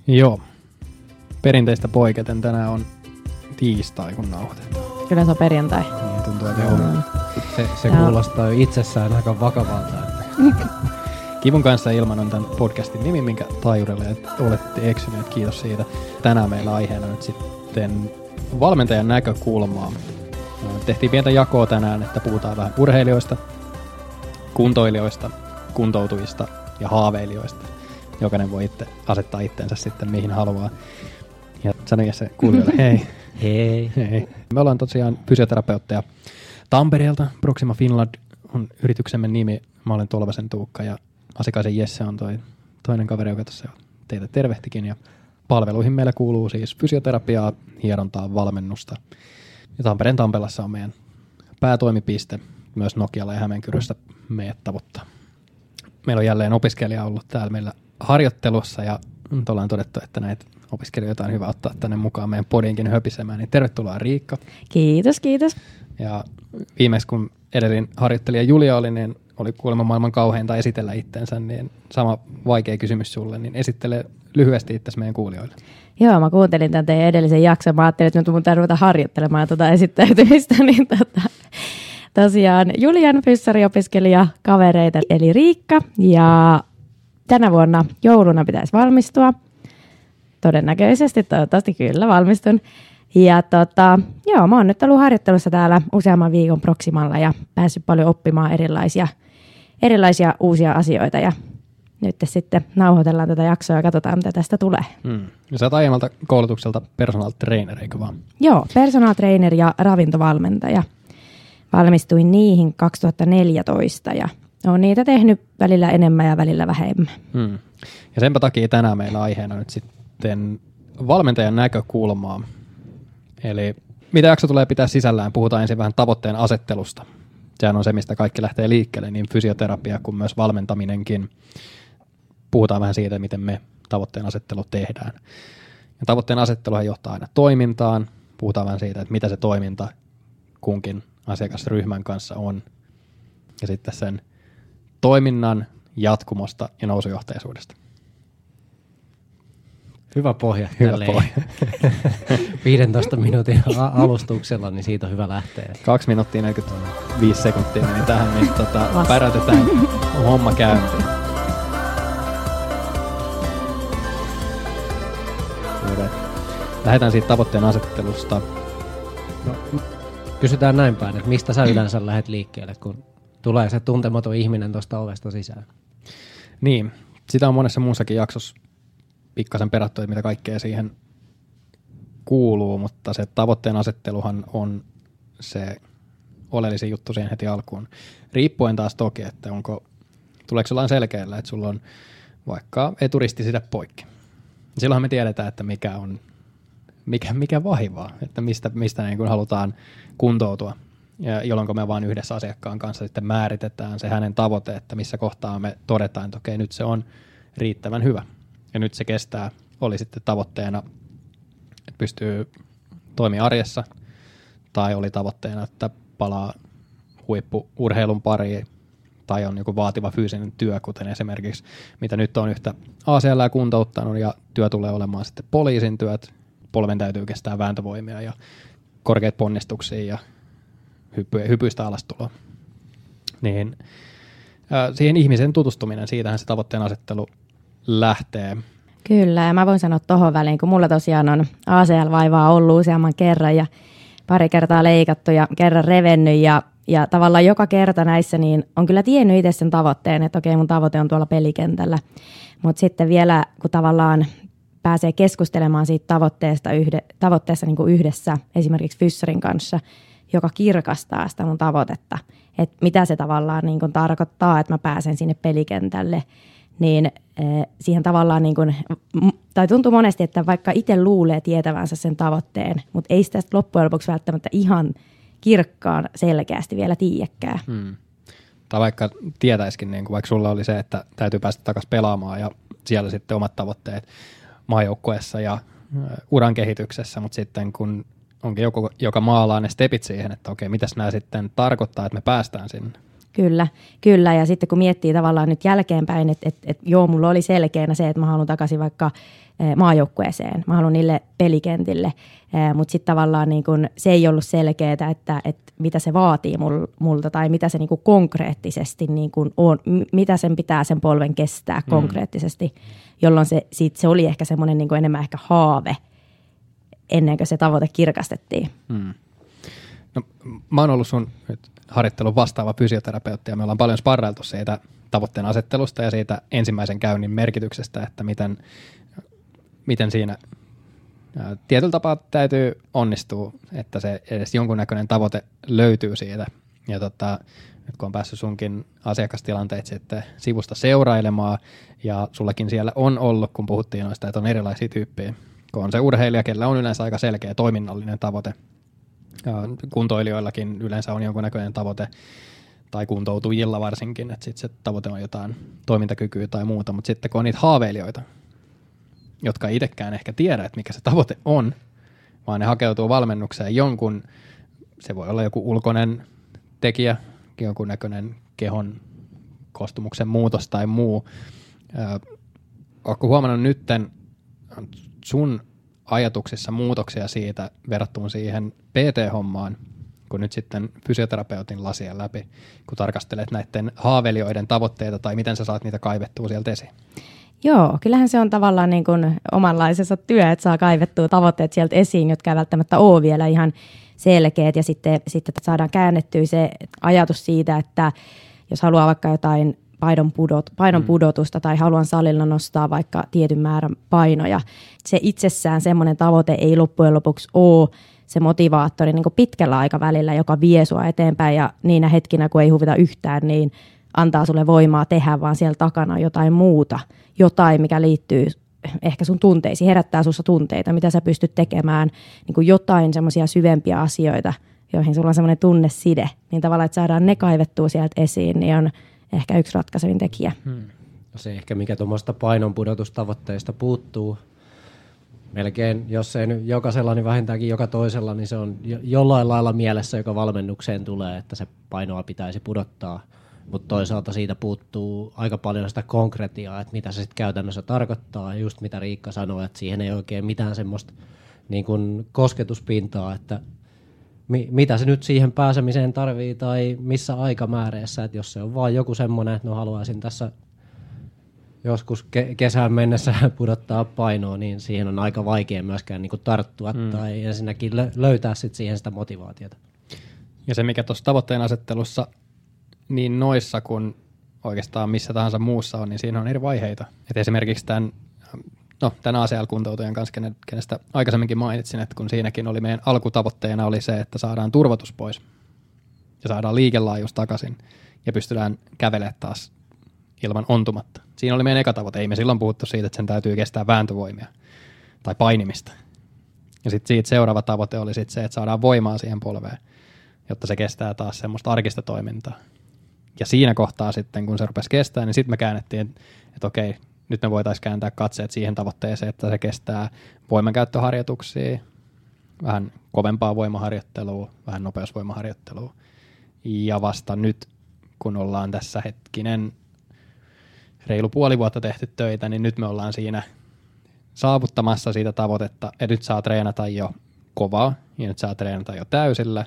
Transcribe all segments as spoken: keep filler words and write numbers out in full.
Joo. Perinteistä poiketen tänään on tiistai, kun nauhoitetaan. Kyllä se on perjantai. Niin tuntuu, että joo. Se, se kuulostaa jo itsessään aika vakavalta. Että. Kivun kanssa ilman on tämän podcastin nimi, minkä taajuudelle olette eksyneet. Kiitos siitä. Tänään meillä aiheena nyt sitten valmentajan näkökulmaa. Tehtiin pientä jakoa tänään, että puhutaan vähän urheilijoista, kuntoilijoista, kuntoutujista ja haaveilijoista. Jokainen voi itse asettaa itsensä sitten mihin haluaa. Ja sano se kuulijoille, hei. Hei. Hei. Me ollaan tosiaan fysioterapeutteja Tampereelta. Proxima Finland on yrityksemme nimi. Mä olen Tolvasen Tuukka ja Asikaisen Jesse on toi toinen kaveri, joka tässä teitä tervehtikin. Ja palveluihin meillä kuuluu siis fysioterapiaa, hierontaa, valmennusta. Ja Tampereen Tampelassa on meidän päätoimipiste. Myös Nokialla ja Hämeenkyrössä meidät tavoittaa. Meillä on jälleen opiskelija ollut täällä meillä harjoittelussa ja nyt ollaan todettu, että näitä opiskelijoita on hyvä ottaa tänne mukaan meidän podiinkin höpisemään. Niin tervetuloa Riikka. Kiitos, kiitos. Ja viimeis kun edellin harjoittelija Julia oli, niin oli kuulemma maailman kauheinta esitellä itsensä, niin sama vaikea kysymys sulle, niin esittele lyhyesti itsesi meidän kuulijoille. Joo, mä kuuntelin tämän teidän edellisen jakson. Mä ajattelin, että mun pitää ruveta harjoittelemaan tuota esittäytymistä, niin tota, tosiaan Julian fyssariopiskelija kavereita, eli Riikka, ja tänä vuonna jouluna pitäisi valmistua. Todennäköisesti, toivottavasti kyllä valmistun. Ja tota, joo, mä oon nyt ollut harjoittelussa täällä useamman viikon Proximalla ja päässyt paljon oppimaan erilaisia, erilaisia uusia asioita. Ja nyt sitten nauhoitellaan tätä jaksoa ja katsotaan, mitä tästä tulee. Hmm. Ja sä oot aiemmalta koulutukselta personal trainer, eikö vaan? Joo, personal trainer ja ravintovalmentaja. Valmistuin niihin kaksituhattaneljätoista ja olen niitä tehnyt välillä enemmän ja välillä vähemmän. Hmm. Ja senpä takia tänään meillä aiheena nyt sitten valmentajan näkökulmaa. Eli mitä jakso tulee pitää sisällään? Puhutaan ensin vähän tavoitteen asettelusta. Sehän on se, mistä kaikki lähtee liikkeelle, niin fysioterapia kuin myös valmentaminenkin. Puhutaan vähän siitä, miten me tavoitteen asettelu tehdään. Ja tavoitteen asetteluhan johtaa aina toimintaan. Puhutaan vähän siitä, että mitä se toiminta kunkin asiakasryhmän kanssa on. Ja sitten sen toiminnan jatkumosta ja nousujohteisuudesta. Hyvä pohja. Hyvä pohja. viidentoista minuutin alustuksella, niin siitä on hyvä lähteä. Kaksi minuuttia neljäkymmentäviisi sekuntia meni tähän, niin tota, pärätetään homma käyntiin. Lähdetään siitä tavoitteen asettelusta. No, kysytään näin päin, että mistä sä yleensä lähdet liikkeelle, kun tulee se tuntematon ihminen tuosta ovesta sisään? Niin, sitä on monessa muussakin jaksossa pikkasen perattu, että mitä kaikkea siihen kuuluu, mutta se tavoitteen asetteluhan on se oleellisin juttu siihen heti alkuun. Riippuen taas toki, että onko, tuleeko jollain selkeällä, että sulla on vaikka eturisti sitä poikki. Silloinhan me tiedetään, että mikä on, mikä, mikä vaivaa, että mistä, mistä niin kuin halutaan kuntoutua. Ja jolloin me vaan yhdessä asiakkaan kanssa sitten määritetään se hänen tavoite, että missä kohtaa me todetaan, että okei, nyt se on riittävän hyvä. Ja nyt se kestää, oli sitten tavoitteena, että pystyy toimimaan arjessa, tai oli tavoitteena, että palaa huippu-urheilun pariin, tai on joku vaativa fyysinen työ, kuten esimerkiksi, mitä nyt on yhtä A C L kuntouttanut, ja työ tulee olemaan sitten poliisin työt, polven täytyy kestää vääntövoimia ja korkeat ponnistuksia ja hypy- hypyistä alastuloa. Niin, äh, siihen ihmisen tutustuminen, siitähän se tavoitteen asettelu lähtee. Kyllä, ja mä voin sanoa tohon väliin, kun mulla tosiaan on A C L-vaivaa ollut useamman kerran ja pari kertaa leikattu ja kerran revennyt ja, ja tavallaan joka kerta näissä niin on kyllä tiennyt itse sen tavoitteen, että okei mun tavoite on tuolla pelikentällä, mutta sitten vielä kun tavallaan pääsee keskustelemaan siitä tavoitteesta yhde, tavoitteessa niin kuin yhdessä esimerkiksi fyssarin kanssa, joka kirkastaa sitä mun tavoitetta, että mitä se tavallaan niin kuin tarkoittaa, että mä pääsen sinne pelikentälle, niin eh, siihen tavallaan, niin kuin, tai tuntuu monesti, että vaikka itse luulee tietävänsä sen tavoitteen, mutta ei sitä loppujen lopuksi välttämättä ihan kirkkaan selkeästi vielä tiedäkään. Hmm. Tai vaikka tietäisikin, niin kuin vaikka sulla oli se, että täytyy päästä takaisin pelaamaan ja siellä sitten omat tavoitteet maajoukkueessa ja uran kehityksessä, mutta sitten kun onkin joku, joka maalaa ne stepit siihen, että okei, mitäs nämä sitten tarkoittaa, että me päästään sinne. Kyllä, kyllä. Ja sitten kun miettii tavallaan nyt jälkeenpäin, että, että, että joo, mulla oli selkeänä se, että mä haluan takaisin vaikka maajoukkueeseen, mä haluan niille pelikentille, mutta sitten tavallaan niin kun se ei ollut selkeää, että, että mitä se vaatii multa tai mitä se niin kun konkreettisesti niin kun on, mitä sen pitää sen polven kestää mm. konkreettisesti, jolloin se, sit se oli ehkä semmoinen niin kun enemmän ehkä haave ennen kuin se tavoite kirkastettiin. Mm. No, mä oon ollut sun nyt harjoittelun vastaava fysioterapeutti ja me ollaan paljon sparrailtu siitä tavoitteen asettelusta ja siitä ensimmäisen käynnin merkityksestä, että miten, miten siinä ää, tietyllä tapaa täytyy onnistua, että se edes jonkunnäköinen tavoite löytyy siitä. Ja tota, nyt kun on päässyt sunkin asiakastilanteet sitten sivusta seurailemaan ja sullakin siellä on ollut, kun puhuttiin noista, että on erilaisia tyyppejä, kun on se urheilija, kellä on yleensä aika selkeä toiminnallinen tavoite. Ja kuntoilijoillakin yleensä on jonkunnäköinen tavoite, tai kuntoutujilla varsinkin, että sitten se tavoite on jotain toimintakykyä tai muuta, mutta sitten kun on niitä haaveilijoita, jotka ei itsekään ehkä tiedä, että mikä se tavoite on, vaan ne hakeutuu valmennukseen jonkun, se voi olla joku ulkoinen tekijä, jonkunnäköinen kehon koostumuksen muutos tai muu. Oletko huomannut nytten sun ajatuksissa muutoksia siitä verrattuna siihen P T-hommaan, kun nyt sitten fysioterapeutin lasien läpi, kun tarkastelet näiden haaveilijoiden tavoitteita tai miten sä saat niitä kaivettua sieltä esiin? Joo, kyllähän se on tavallaan niin kuin omanlaisensa työ, että saa kaivettua tavoitteet sieltä esiin, jotka ei välttämättä ole vielä ihan selkeät ja sitten, sitten saadaan käännettyä se ajatus siitä, että jos haluaa vaikka jotain painon, pudot, painon mm. pudotusta tai haluan salilla nostaa vaikka tietyn määrän painoja. Se itsessään semmoinen tavoite ei loppujen lopuksi ole se motivaattori niin kuin pitkällä aikavälillä, joka vie sua eteenpäin ja niinä hetkinä, kun ei huvita yhtään, niin antaa sulle voimaa tehdä, vaan siellä takana on jotain muuta, jotain, mikä liittyy ehkä sun tunteisiin, herättää sussa tunteita, mitä sä pystyt tekemään, niin kuin jotain semmoisia syvempiä asioita, joihin sulla on semmoinen tunneside, niin tavallaan, että saadaan ne kaivettua sieltä esiin, niin on ehkä yksi ratkaisevin tekijä. Hmm. Se ehkä mikä tuommoista painonpudotustavoitteista puuttuu, melkein, jos ei nyt jokaisella, niin vähintäänkin joka toisella, niin se on jo- jollain lailla mielessä, joka valmennukseen tulee, että se painoa pitäisi pudottaa. Mutta toisaalta siitä puuttuu aika paljon sitä konkretiaa, että mitä se sitten käytännössä tarkoittaa. Just mitä Riikka sanoi, että siihen ei oikein mitään semmoista niin kuin kosketuspintaa, että mi- mitä se nyt siihen pääsemiseen tarvii tai missä aikamääreessä. Että jos se on vaan joku semmoinen, että no haluaisin tässä joskus ke- kesään mennessä pudottaa painoa, niin siihen on aika vaikea myöskään niin kuin tarttua mm. tai ensinnäkin lö- löytää sit siihen sitä motivaatiota. Ja se, mikä tuossa tavoitteen asettelussa niin noissa kuin oikeastaan missä tahansa muussa on, niin siinä on eri vaiheita. Et esimerkiksi tämän, no, tämän A C L-kuntoutujan kanssa, kenestä aikaisemminkin mainitsin, että kun siinäkin oli meidän alkutavoitteena oli se, että saadaan turvotus pois ja saadaan liikelaajuus takaisin ja pystytään kävelemään taas ilman ontumatta. Siinä oli meidän eka tavoite. Ei me silloin puhuttu siitä, että sen täytyy kestää vääntövoimia tai painimista. Ja sitten siitä seuraava tavoite oli sit se, että saadaan voimaa siihen polveen, jotta se kestää taas semmoista arkista toimintaa. Ja siinä kohtaa sitten, kun se rupesi kestää, niin sitten me käännettiin, että okei, nyt me voitaisiin kääntää katseet siihen tavoitteeseen, että se kestää voimankäyttöharjoituksia, vähän kovempaa voimaharjoittelua, vähän nopeusvoimaharjoittelua. Ja vasta nyt, kun ollaan tässä hetkinen reilu puoli vuotta tehty töitä, niin nyt me ollaan siinä saavuttamassa siitä tavoitetta, että nyt saa treenata jo kovaa, ja nyt saa treenata jo täysillä.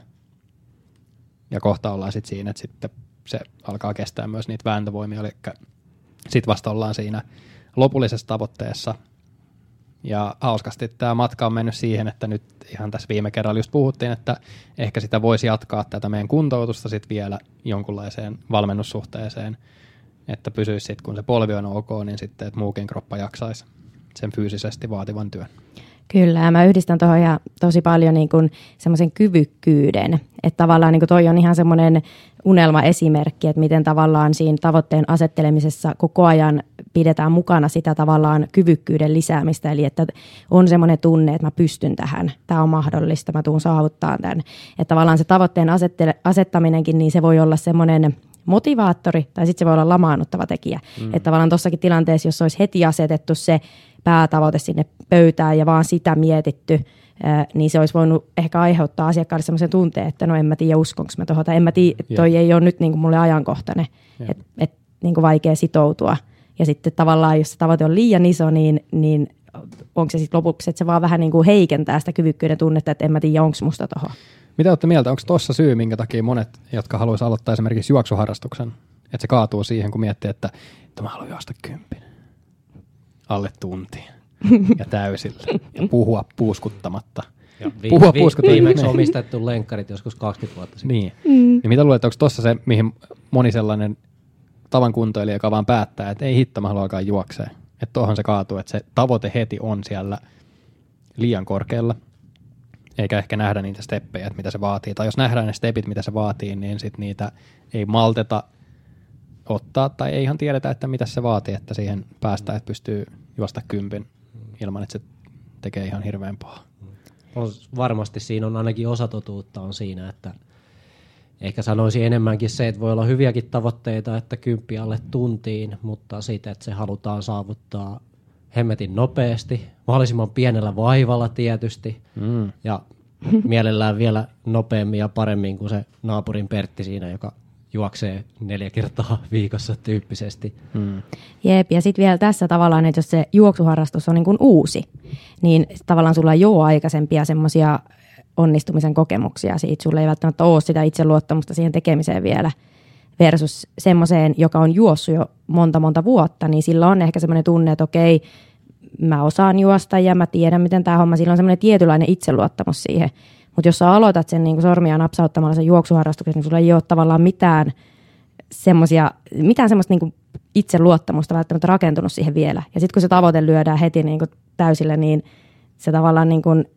Ja kohta ollaan sitten siinä, että sitten se alkaa kestää myös niitä vääntövoimia, eli sitten vasta ollaan siinä lopullisessa tavoitteessa. Ja hauskasti tämä matka on mennyt siihen, että nyt ihan tässä viime kerralla just puhuttiin, että ehkä sitä voisi jatkaa tätä meidän kuntoutusta sitten vielä jonkunlaiseen valmennussuhteeseen, että pysyisi sitten, kun se polvi on ok, niin sitten, että muukin kroppa jaksaisi sen fyysisesti vaativan työn. Kyllä, ja mä yhdistän tuohon ja tosi paljon niin kuin semmoisen kyvykkyyden, että tavallaan niin kuin toi on ihan semmoinen unelmaesimerkki, että miten tavallaan siinä tavoitteen asettelemisessa koko ajan pidetään mukana sitä tavallaan kyvykkyyden lisäämistä, eli että on semmoinen tunne, että mä pystyn tähän, tämä on mahdollista, mä tuun saavuttaa tämän, että tavallaan se tavoitteen asettaminenkin, niin se voi olla semmoinen motivaattori, tai sitten se voi olla lamaannuttava tekijä. Mm. Että tavallaan tuossakin tilanteessa, jos olisi heti asetettu se päätavoite sinne pöytään ja vaan sitä mietitty niin se olisi voinut ehkä aiheuttaa asiakkaalle sellaisen tunteen, että no en mä tiedä uskonko mä tuohon, tai en mä tiedä, toi yeah. ei ole nyt niin kuin mulle ajankohtainen, yeah. että et, niin kuin vaikea sitoutua. Ja sitten tavallaan, jos se tavoite on liian iso, niin, niin onko se sitten lopuksi, että se vaan vähän niin kuin heikentää sitä kyvykkyyden tunnetta, että en mä tiedä, onko musta tuohon. Mitä olette mieltä? Onko tuossa syy, minkä takia monet, jotka haluaisivat aloittaa esimerkiksi juoksuharrastuksen, että se kaatuu siihen, kun miettii, että, että mä haluan juosta kympin, alle tuntiin ja täysillä ja puhua puuskuttamatta. Ja vi- puhua vi- puuskuttamatta. Viimeksi omistettu lenkkarit joskus kaksikymmentä vuotta sitten. Niin. Mm. Niin mitä luulet, onko tuossa se, mihin moni sellainen tavan kuntoilija, joka vaan päättää, että ei hitto, mä haluan alkaa juokseen. Että tuohon se kaatuu, että se tavoite heti on siellä liian korkealla, eikä ehkä nähdä niitä steppejä, että mitä se vaatii. Tai jos nähdään ne stepit, mitä se vaatii, niin sit niitä ei malteta ottaa, tai ei ihan tiedetä, että mitä se vaatii, että siihen päästään, että pystyy juosta kympin ilman, että se tekee ihan hirveän pahaa. Varmasti siinä on ainakin osatotuutta on siinä, että ehkä sanoisin enemmänkin se, että voi olla hyviäkin tavoitteita, että kymppi alle tuntiin, mutta siitä, että se halutaan saavuttaa hemmetin nopeasti, mahdollisimman pienellä vaivalla tietysti, mm. ja mielellään vielä nopeammin ja paremmin kuin se naapurin Pertti siinä, joka juoksee neljä kertaa viikossa tyyppisesti. Mm. Jep, ja sitten vielä tässä tavallaan, että jos se juoksuharrastus on niin kuin uusi, niin tavallaan sulla ei ole aikaisempia semmoisia onnistumisen kokemuksia siitä. Sulla ei välttämättä ole sitä itseluottamusta siihen tekemiseen vielä versus semmoiseen, joka on juossut jo monta monta vuotta, niin sillä on ehkä semmoinen tunne, että okei, mä osaan juosta ja mä tiedän, miten tämä homma, sillä on semmoinen tietynlainen itseluottamus siihen. Mutta jos sä aloitat sen niin kuin sormia napsauttamalla sen juoksuharrastuksen, niin sulla ei ole tavallaan mitään semmoisia, mitään semmoista niin kuin itseluottamusta välttämättä rakentunut siihen vielä. Ja sitten kun se tavoite lyödään heti niin kuin täysille, niin se tavallaan niin kuin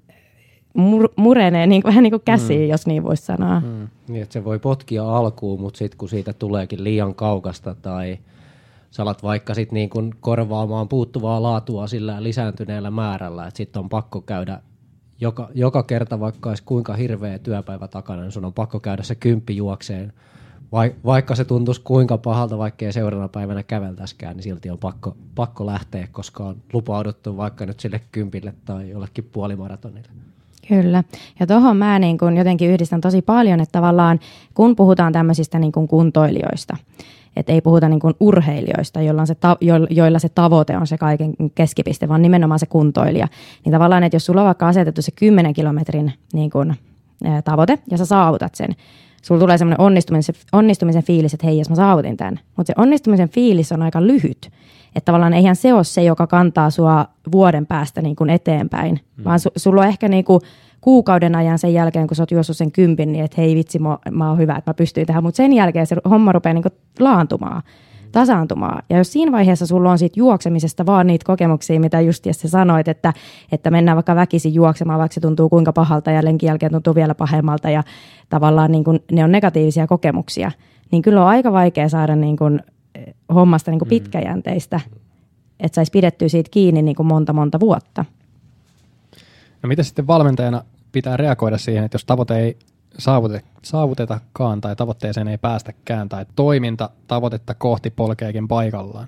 mur- murenee niin kuin, vähän niin kuin käsiin, mm. jos niin voisi sanoa. Mm. Niin, että se voi potkia alkuun, mutta sitten kun siitä tuleekin liian kaukasta tai sä alat vaikka sit niin kuin korvaamaan puuttuvaa laatua sillä lisääntyneellä määrällä, että sitten on pakko käydä Joka, joka kerta, vaikka olisi kuinka hirveä työpäivä takana, niin sun on pakko käydä se kymppi juokseen. Vaikka se tuntuisi kuinka pahalta, vaikka ei seuraavana päivänä käveltäskään, niin silti on pakko, pakko lähteä, koska on lupauduttu vaikka nyt sille kympille tai jollekin puolimaratonille. Kyllä. Ja tuohon mä niin kun jotenkin yhdistän tosi paljon, että tavallaan kun puhutaan tämmöisistä niin kun kuntoilijoista, että ei puhuta niin kuin urheilijoista, joilla, on se ta- joilla se tavoite on se kaiken keskipiste, vaan nimenomaan se kuntoilija. Niin tavallaan, että jos sulla on vaikka asetettu se kymmenen kilometrin niin kuin, ää, tavoite ja sä saavutat sen, sulla tulee semmoinen onnistumisen, onnistumisen fiilis, että hei, jos mä saavutin tämän. Mutta se onnistumisen fiilis on aika lyhyt. Että tavallaan eihän se ole se, joka kantaa sua vuoden päästä niin kuin eteenpäin, mm. vaan su- sulla on ehkä niin kuin kuukauden ajan sen jälkeen, kun sä oot juossut sen kympin, niin että hei vitsi, mä, mä oon hyvä, että mä pystyin tähän. Mutta sen jälkeen se homma rupeaa niin kuin laantumaan, tasaantumaan. Ja jos siinä vaiheessa sulla on siitä juoksemisesta vaan niitä kokemuksia, mitä just sä sanoit, että, että mennään vaikka väkisin juoksemaan, vaikka se tuntuu kuinka pahalta ja lenkin jälkeen tuntuu vielä pahemmalta ja tavallaan niin kuin ne on negatiivisia kokemuksia, niin kyllä on aika vaikea saada niin kuin hommasta niin kuin pitkäjänteistä, että saisi pidettyä siitä kiinni niin kuin monta monta vuotta. No mitä sitten valmentajana pitää reagoida siihen, että jos tavoite ei saavute, saavutetakaan tai tavoitteeseen ei päästäkään tai toiminta tavoitetta kohti polkeekin paikallaan?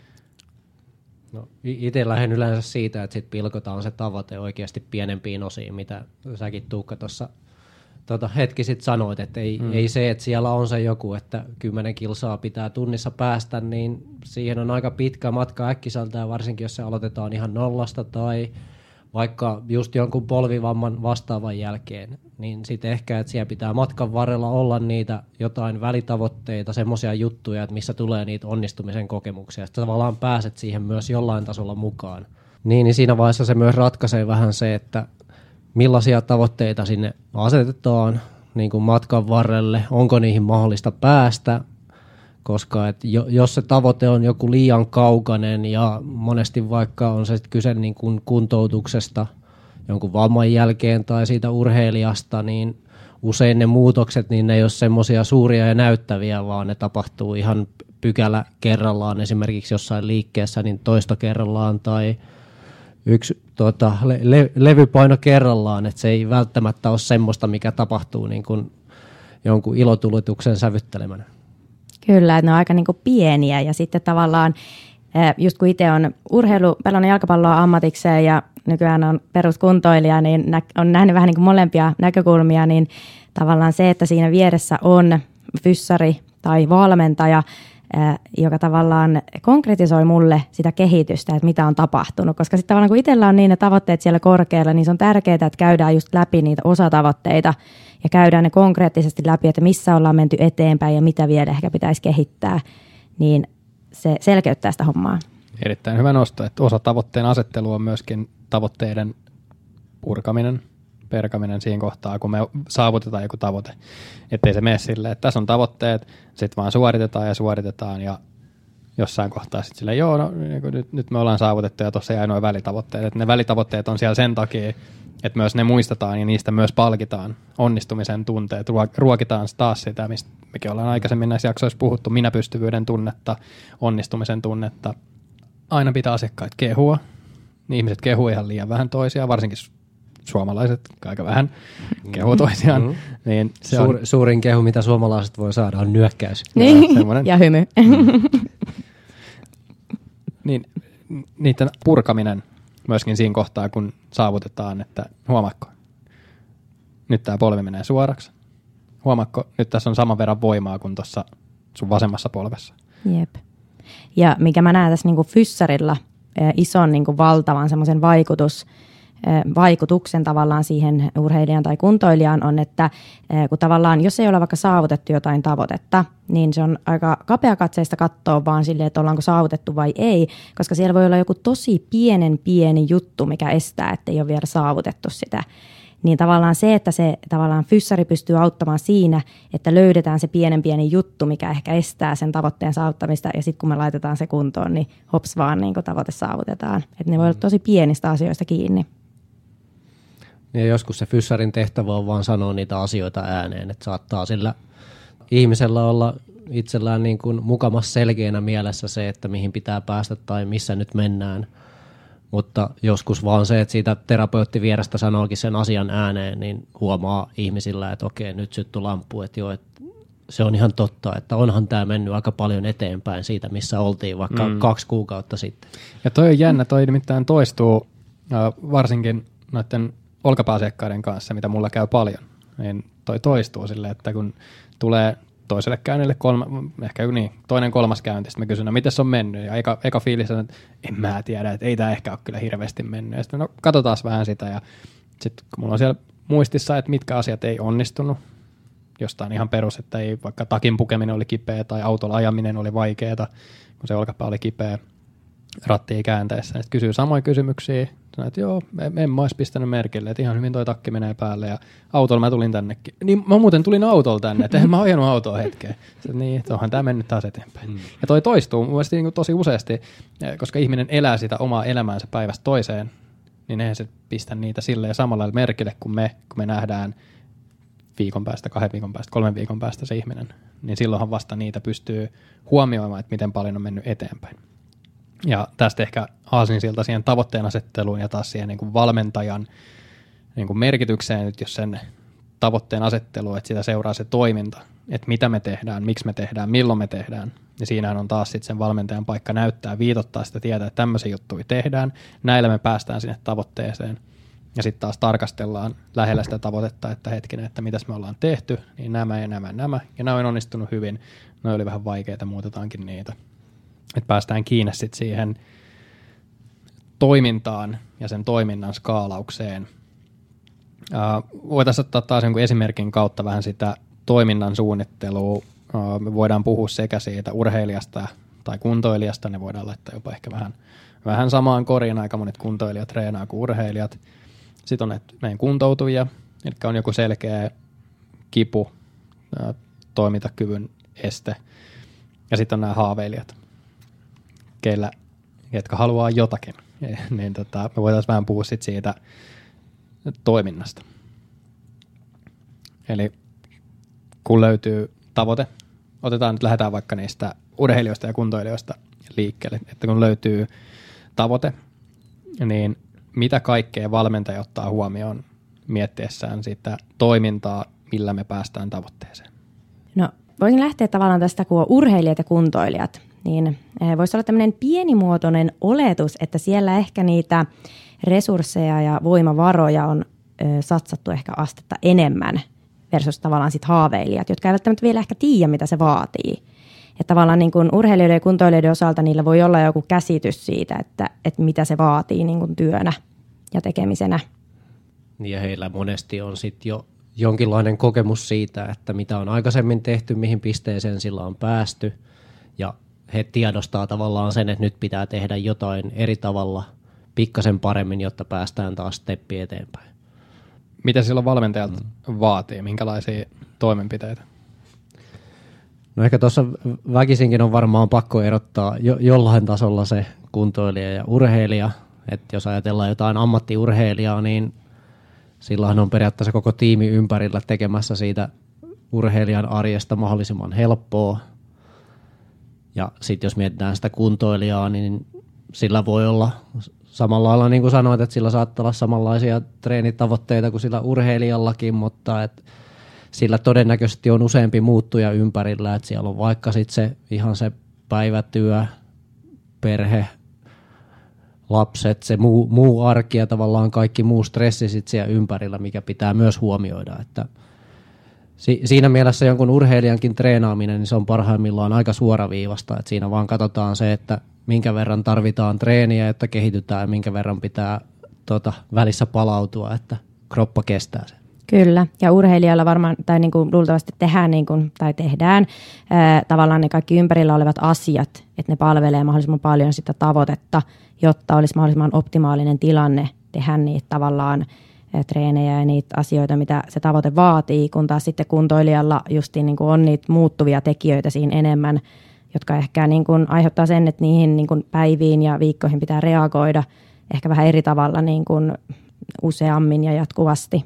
No, itse lähden yleensä siitä, että sit pilkotaan se tavoite oikeasti pienempiin osiin, mitä säkin Tuukka tuossa tota, hetki sitten sanoit, että ei, mm. ei se, että siellä on se joku, että kymmenen kilsaa pitää tunnissa päästä, niin siihen on aika pitkä matka äkkiseltään, varsinkin jos se aloitetaan ihan nollasta tai vaikka just jonkun polvivamman vastaavan jälkeen, niin sitten ehkä, että siellä pitää matkan varrella olla niitä jotain välitavoitteita, semmoisia juttuja, että missä tulee niitä onnistumisen kokemuksia. Sitten tavallaan pääset siihen myös jollain tasolla mukaan. Niin, niin siinä vaiheessa se myös ratkaisee vähän se, että millaisia tavoitteita sinne asetetaan niin kuin matkan varrelle, onko niihin mahdollista päästä, koska et jos se tavoite on joku liian kaukainen ja monesti vaikka on se kyse niin kuin kuntoutuksesta jonkun vamman jälkeen tai siitä urheilijasta, niin usein ne muutokset, niin ne ei ole semmoisia suuria ja näyttäviä, vaan ne tapahtuu ihan pykälä kerrallaan, esimerkiksi jossain liikkeessä niin toista kerrallaan tai yksi tuota, le- le- levypaino kerrallaan, että se ei välttämättä ole semmoista, mikä tapahtuu niin kuin jonkun ilotulituksen sävyttelemänä. Kyllä, että ne on aika niin kuin pieniä ja sitten tavallaan Just kun itse on urheilu, pelannut jalkapalloa ammatikseen ja nykyään on peruskuntoilija, niin on nähnyt vähän niin kuin molempia näkökulmia, niin tavallaan se, että siinä vieressä on fyssari tai valmentaja, joka tavallaan konkretisoi mulle sitä kehitystä, että mitä on tapahtunut. Koska sitten tavallaan kun itsellä on niin ne tavoitteet siellä korkealla, niin se on tärkeää, että käydään just läpi niitä osatavoitteita ja käydään ne konkreettisesti läpi, että missä ollaan menty eteenpäin ja mitä vielä ehkä pitäisi kehittää, niin se selkeyttää sitä hommaa. Erittäin hyvä nosto, että osa tavoitteen asettelu on myöskin tavoitteiden purkaminen, perkaminen siinä kohtaa, kun me saavutetaan joku tavoite. Ettei se mene silleen, että tässä on tavoitteet, sitten vaan suoritetaan ja suoritetaan ja jossain kohtaa sitten silleen, joo, no, nyt, nyt me ollaan saavutettu ja tuossa jäi nuo välitavoitteet. Että ne välitavoitteet on siellä sen takia, että myös ne muistetaan ja niistä myös palkitaan onnistumisen tunteet, ruokitaan taas sitä, mistä mekin ollaan aikaisemmin näissä jaksoissa puhuttu, minäpystyvyyden tunnetta, onnistumisen tunnetta. Aina pitää asiakkaat kehua. Ihmiset kehuu ihan liian vähän toisiaan, varsinkin suomalaiset aika vähän kehuu toisiaan. Mm-hmm. Niin se Suur, on... Suurin kehu, mitä suomalaiset voi saada, on nyökkäys. Niin, ja hymy. Mm. niin, niiden purkaminen myöskin siinä kohtaa, kun saavutetaan, että huomaatko, nyt tämä polvi menee suoraksi. Huomaatko, nyt tässä on saman verran voimaa kuin tuossa sun vasemmassa polvessa. Jep. Ja mikä mä näen tässä niin kuin fyssarilla ison niin kuin valtavan semmoisen vaikutus, vaikutuksen tavallaan siihen urheilijan tai kuntoilijaan on, että kun tavallaan, jos ei ole vaikka saavutettu jotain tavoitetta, niin se on aika kapeakatseista katsoa vaan silleen, että ollaanko saavutettu vai ei, koska siellä voi olla joku tosi pienen pieni juttu, mikä estää, että ei ole vielä saavutettu sitä. Niin tavallaan se, että se tavallaan fyssari pystyy auttamaan siinä, että löydetään se pienen pieni juttu, mikä ehkä estää sen tavoitteen saavuttamista, ja sitten kun me laitetaan se kuntoon, niin hops vaan niin tavoite saavutetaan. Että ne voi olla tosi pienistä asioista kiinni. Ja joskus se fyssarin tehtävä on vaan sanoa niitä asioita ääneen, että saattaa sillä ihmisellä olla itsellään niin kuin mukamas selkeänä mielessä se, että mihin pitää päästä tai missä nyt mennään. Mutta joskus vaan se, että siitä terapeutti vierestä sanookin sen asian ääneen, niin huomaa ihmisillä, että okei, nyt syttyi lamppu, että joo, että se on ihan totta, että onhan tämä mennyt aika paljon eteenpäin siitä, missä oltiin vaikka mm. kaksi kuukautta sitten. Ja toi on jännä, toi nimittäin toistuu varsinkin noiden olkapääasiakkaiden kanssa, mitä mulla käy paljon, niin toi toistuu silleen, että kun tulee toiselle käynnille, kolma, ehkä niin, toinen kolmas käynti, sitten mä kysyn, no miten se on mennyt, ja eka, eka fiilis on, että en mä tiedä, että ei tämä ehkä ole kyllä hirveästi mennyt, ja sitten no katsotaan vähän sitä, ja sitten kun mulla on siellä muistissa, että mitkä asiat ei onnistunut, jostain ihan perus, että ei vaikka takin pukeminen oli kipeä, tai autolla ajaminen oli vaikeaa, kun se olkapää oli kipeä rattiin kääntäessä, sitten kysyy samoja kysymyksiä, sanoin, että joo, en, en mä olisi pistänyt merkille, että ihan hyvin toi takki menee päälle ja autolla mä tulin tännekin. Niin mä muuten tulin autolla tänne, että en mä ajanut autoa hetkeä. Sitten niin, että onhan tää mennyt taas eteenpäin. Mm. Ja toi toistuu mun mielestä niin tosi useasti, koska ihminen elää sitä omaa elämäänsä päivästä toiseen, niin eihän se pistä niitä silleen samalla lailla merkille kuin me, kun me nähdään viikon päästä, kahden viikon päästä, kolmen viikon päästä se ihminen. Niin silloinhan vasta niitä pystyy huomioimaan, että miten paljon on mennyt eteenpäin. Ja tästä ehkä aasinsilta siihen tavoitteen asetteluun ja taas siihen niin kuin valmentajan niin kuin merkitykseen, että jos sen tavoitteen asettelu, että sitä seuraa se toiminta, että mitä me tehdään, miksi me tehdään, milloin me tehdään. Ja siinähän on taas sitten sen valmentajan paikka näyttää, viitottaa sitä tietää, että tämmöisiä juttuja tehdään, näillä me päästään sinne tavoitteeseen. Ja sitten taas tarkastellaan lähellä sitä tavoitetta, että hetkinen, että mitäs me ollaan tehty, niin nämä ja nämä, nämä. Ja nämä on onnistunut hyvin, ne oli vähän vaikeita, muutetaankin niitä. Että päästään kiinni sitten siihen toimintaan ja sen toiminnan skaalaukseen. Uh, voitaisiin ottaa taas jonkun esimerkin kautta vähän sitä toiminnan suunnittelua. Uh, me voidaan puhua sekä siitä urheilijasta tai kuntoilijasta, ne voidaan laittaa jopa ehkä vähän, vähän samaan koriin. Aika monet kuntoilijat treenaa kuin urheilijat. Sitten on näitä meidän kuntoutujia, eli on joku selkeä kipu, uh, toimintakyvyn este. Ja sitten on nämä haaveilijat, keillä, ketkä haluaa jotakin. niin tota, me voitaisiin vähän puhua sit siitä toiminnasta. Eli kun löytyy tavoite, otetaan nyt, lähdetään vaikka niistä urheilijoista ja kuntoilijoista liikkeelle, että kun löytyy tavoite, niin mitä kaikkea valmentaja ottaa huomioon miettiessään sitä toimintaa, millä me päästään tavoitteeseen? No, voisin lähteä tavallaan tästä, kun on urheilijat ja kuntoilijat, niin voisi olla tämmöinen pienimuotoinen oletus, että siellä ehkä niitä resursseja ja voimavaroja on satsattu ehkä astetta enemmän versus tavallaan sit haaveilijat, jotka eivät välttämättä vielä ehkä tiedä, mitä se vaatii. Että tavallaan niin kuin urheilijoiden ja kuntoilijoiden osalta niillä voi olla joku käsitys siitä, että, että mitä se vaatii niin kuin työnä ja tekemisenä. Ja heillä monesti on sitten jo jonkinlainen kokemus siitä, että mitä on aikaisemmin tehty, mihin pisteeseen sillä on päästy. Ja he tiedostaa tavallaan sen, että nyt pitää tehdä jotain eri tavalla pikkasen paremmin, jotta päästään taas steppi eteenpäin. Mitä silloin valmentajalta mm. vaatii? Minkälaisia toimenpiteitä? No ehkä tuossa väkisinkin on varmaan pakko erottaa jo, jollain tasolla se kuntoilija ja urheilija. Että jos ajatellaan jotain ammattiurheilijaa, niin silloin on periaatteessa koko tiimi ympärillä tekemässä siitä urheilijan arjesta mahdollisimman helppoa. Ja sitten jos mietitään sitä kuntoilijaa, niin sillä voi olla samalla lailla, niin kuin sanoit, että sillä saattaa olla samanlaisia treenitavoitteita kuin sillä urheilijallakin, mutta et sillä todennäköisesti on useampi muuttuja ympärillä, että siellä on vaikka sitten se ihan se päivätyö, perhe, lapset, se muu, muu arki ja tavallaan kaikki muu stressi sit siellä ympärillä, mikä pitää myös huomioida. Että si, siinä mielessä jonkun urheilijankin treenaaminen, niin se on parhaimmillaan aika suoraviivasta, että siinä vaan katsotaan se, että minkä verran tarvitaan treeniä, että kehitytään ja minkä verran pitää tota, välissä palautua, että kroppa kestää sen. Kyllä, ja urheilijalla varmaan, tai niin kuin luultavasti tehdään, niin kuin, tai tehdään ää, tavallaan ne kaikki ympärillä olevat asiat, että ne palvelee mahdollisimman paljon sitä tavoitetta, jotta olisi mahdollisimman optimaalinen tilanne tehdä niitä tavallaan ää, treenejä ja niitä asioita, mitä se tavoite vaatii, kun taas sitten kuntoilijalla justiin niin kuin on niitä muuttuvia tekijöitä siinä enemmän, jotka ehkä niin kuin aiheuttaa sen, että niihin niin kuin päiviin ja viikkoihin pitää reagoida ehkä vähän eri tavalla niin kuin useammin ja jatkuvasti.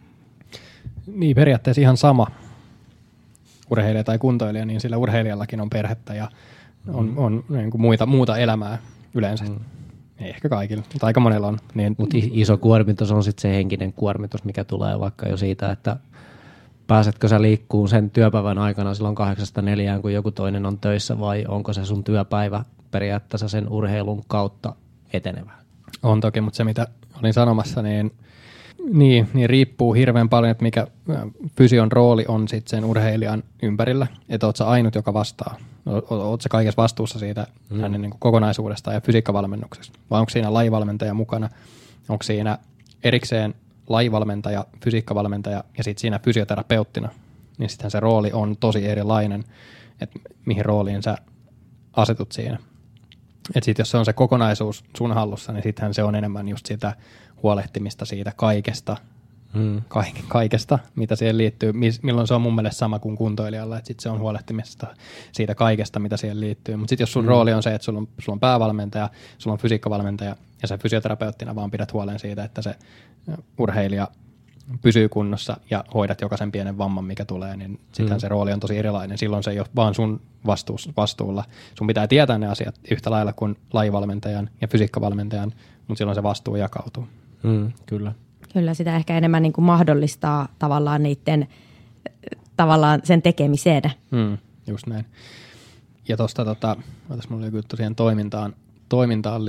Niin, periaatteessa ihan sama urheilija tai kuntoilija, niin sillä urheilijallakin on perhettä ja on, on niin kuin muita, muuta elämää yleensä. Mm. Ei ehkä kaikilla, mutta aika monella on. Niin. Mutta iso kuormitus on sitten se henkinen kuormitus, mikä tulee vaikka jo siitä, että pääsetkö sä liikkuun sen työpäivän aikana silloin kahdeksasta neljään, kun joku toinen on töissä, vai onko se sun työpäivä periaatteessa sen urheilun kautta etenevää? On toki, mutta se mitä olin sanomassa, niin Niin, niin riippuu hirveän paljon, että mikä fysion rooli on sitten sen urheilijan ympärillä. Että oot sä ainut, joka vastaa. Oot sä kaikessa vastuussa siitä mm. hänen niin kuin kokonaisuudesta ja fysiikkavalmennuksesta. Vai onko siinä lajivalmentaja mukana? Onko siinä erikseen lajivalmentaja, fysiikkavalmentaja ja sitten siinä fysioterapeuttina? Niin sittenhän se rooli on tosi erilainen, että mihin rooliin sä asetut siinä. Että sitten jos se on se kokonaisuus sun hallussa, niin sittenhän se on enemmän just sitä huolehtimista siitä kaikesta, mm. kaik- kaikesta, mitä siihen liittyy. Milloin se on mun mielestä sama kuin kuntoilijalla, että sitten se on huolehtimista siitä kaikesta, mitä siihen liittyy. Mutta sitten jos sun mm. rooli on se, että sulla on, sulla on päävalmentaja, sulla on fysiikkavalmentaja ja sä fysioterapeuttina vaan pidät huolen siitä, että se urheilija pysyy kunnossa ja hoidat jokaisen pienen vamman, mikä tulee, niin sittenhän mm. se rooli on tosi erilainen. Silloin se ei ole vaan sun vastuus, vastuulla. Sun pitää tietää ne asiat yhtä lailla kuin lajivalmentajan ja fysiikkavalmentajan, mutta silloin se vastuu jakautuu. Mm, kyllä. Kyllä, sitä ehkä enemmän niin kuin mahdollistaa tavallaan niiden, tavallaan sen tekemiseen. Mm, just näin. Ja tuosta, tota, otas mulla joku tosiaan toimintaan, toimintaan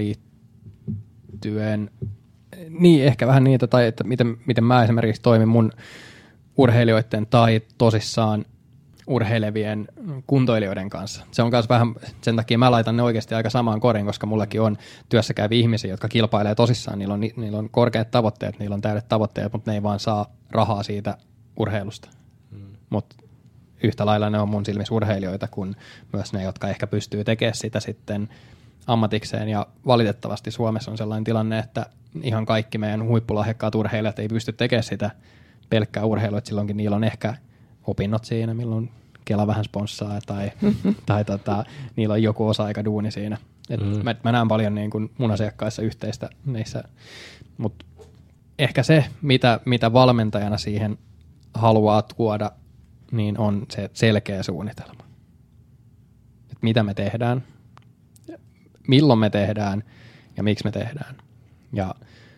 liittyen, niin ehkä vähän niitä, tai että miten, miten mä esimerkiksi toimin mun urheilijoiden tai tosissaan urheilevien kuntoilijoiden kanssa. Se on myös vähän, sen takia mä laitan ne oikeasti aika samaan koriin, koska mullakin on työssä käyviä ihmisiä, jotka kilpailee tosissaan. Niillä on, niillä on korkeat tavoitteet, niillä on täydet tavoitteet, mutta ne ei vaan saa rahaa siitä urheilusta. Hmm. Mutta yhtä lailla ne on mun silmissä urheilijoita kuin myös ne, jotka ehkä pystyy tekemään sitä sitten ammatikseen. Ja valitettavasti Suomessa on sellainen tilanne, että ihan kaikki meidän huippulahjakkaat urheilijat ei pysty tekemään sitä pelkkää urheilua, että silloinkin niillä on ehkä opinnot siinä, milloin Kela vähän sponssaa tai, tai tota, niillä on joku osa-aika duuni siinä. Et mm. mä, mä näen paljon niin kuin mun asiakkaissa yhteistä niissä, mutta ehkä se, mitä, mitä valmentajana siihen haluaa tuoda, niin on se selkeä suunnitelma. Et mitä me tehdään, milloin me tehdään ja miksi me tehdään. Ja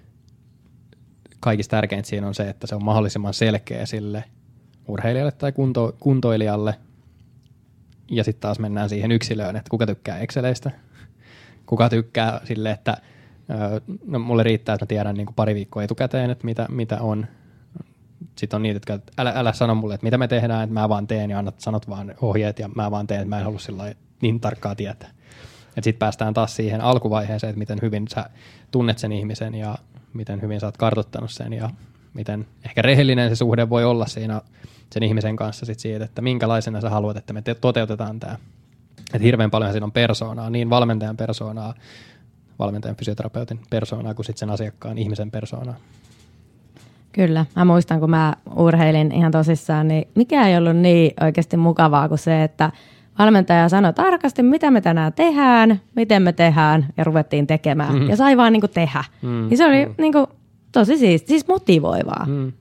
kaikista tärkeintä siinä on se, että se on mahdollisimman selkeä sille urheilijalle tai kunto, kuntoilijalle Ja sitten taas mennään siihen yksilöön, että kuka tykkää Exceleistä, kuka tykkää sille, että no, mulle riittää, että mä tiedän niin kuin pari viikkoa etukäteen, että mitä, mitä on. Sitten on niitä, jotka älä, älä sano mulle, että mitä me tehdään, että mä vaan teen ja annat, sanot vaan ohjeet ja mä vaan teen, että mä en halua sillä niin tarkkaa tietää. Sitten päästään taas siihen alkuvaiheeseen, että miten hyvin sä tunnet sen ihmisen ja miten hyvin sä oot kartoittanut sen ja miten ehkä rehellinen se suhde voi olla siinä sen ihmisen kanssa sit siitä, että minkälaisena sä haluat, että me te- toteutetaan tämä. Että hirveän paljon siinä on persoonaa, niin valmentajan persoonaa, valmentajan fysioterapeutin persoonaa kuin sitten sen asiakkaan ihmisen persoonaa. Kyllä. Mä muistan, kun mä urheilin ihan tosissaan, niin mikä ei ollut niin oikeasti mukavaa kuin se, että valmentaja sanoi tarkasti, mitä me tänään tehdään, miten me tehdään, ja ruvettiin tekemään. Mm. Ja sai vaan niin kuin tehdä. Mm. Ja se oli mm. niin kuin tosi siisti, siis motivoivaa. Mm.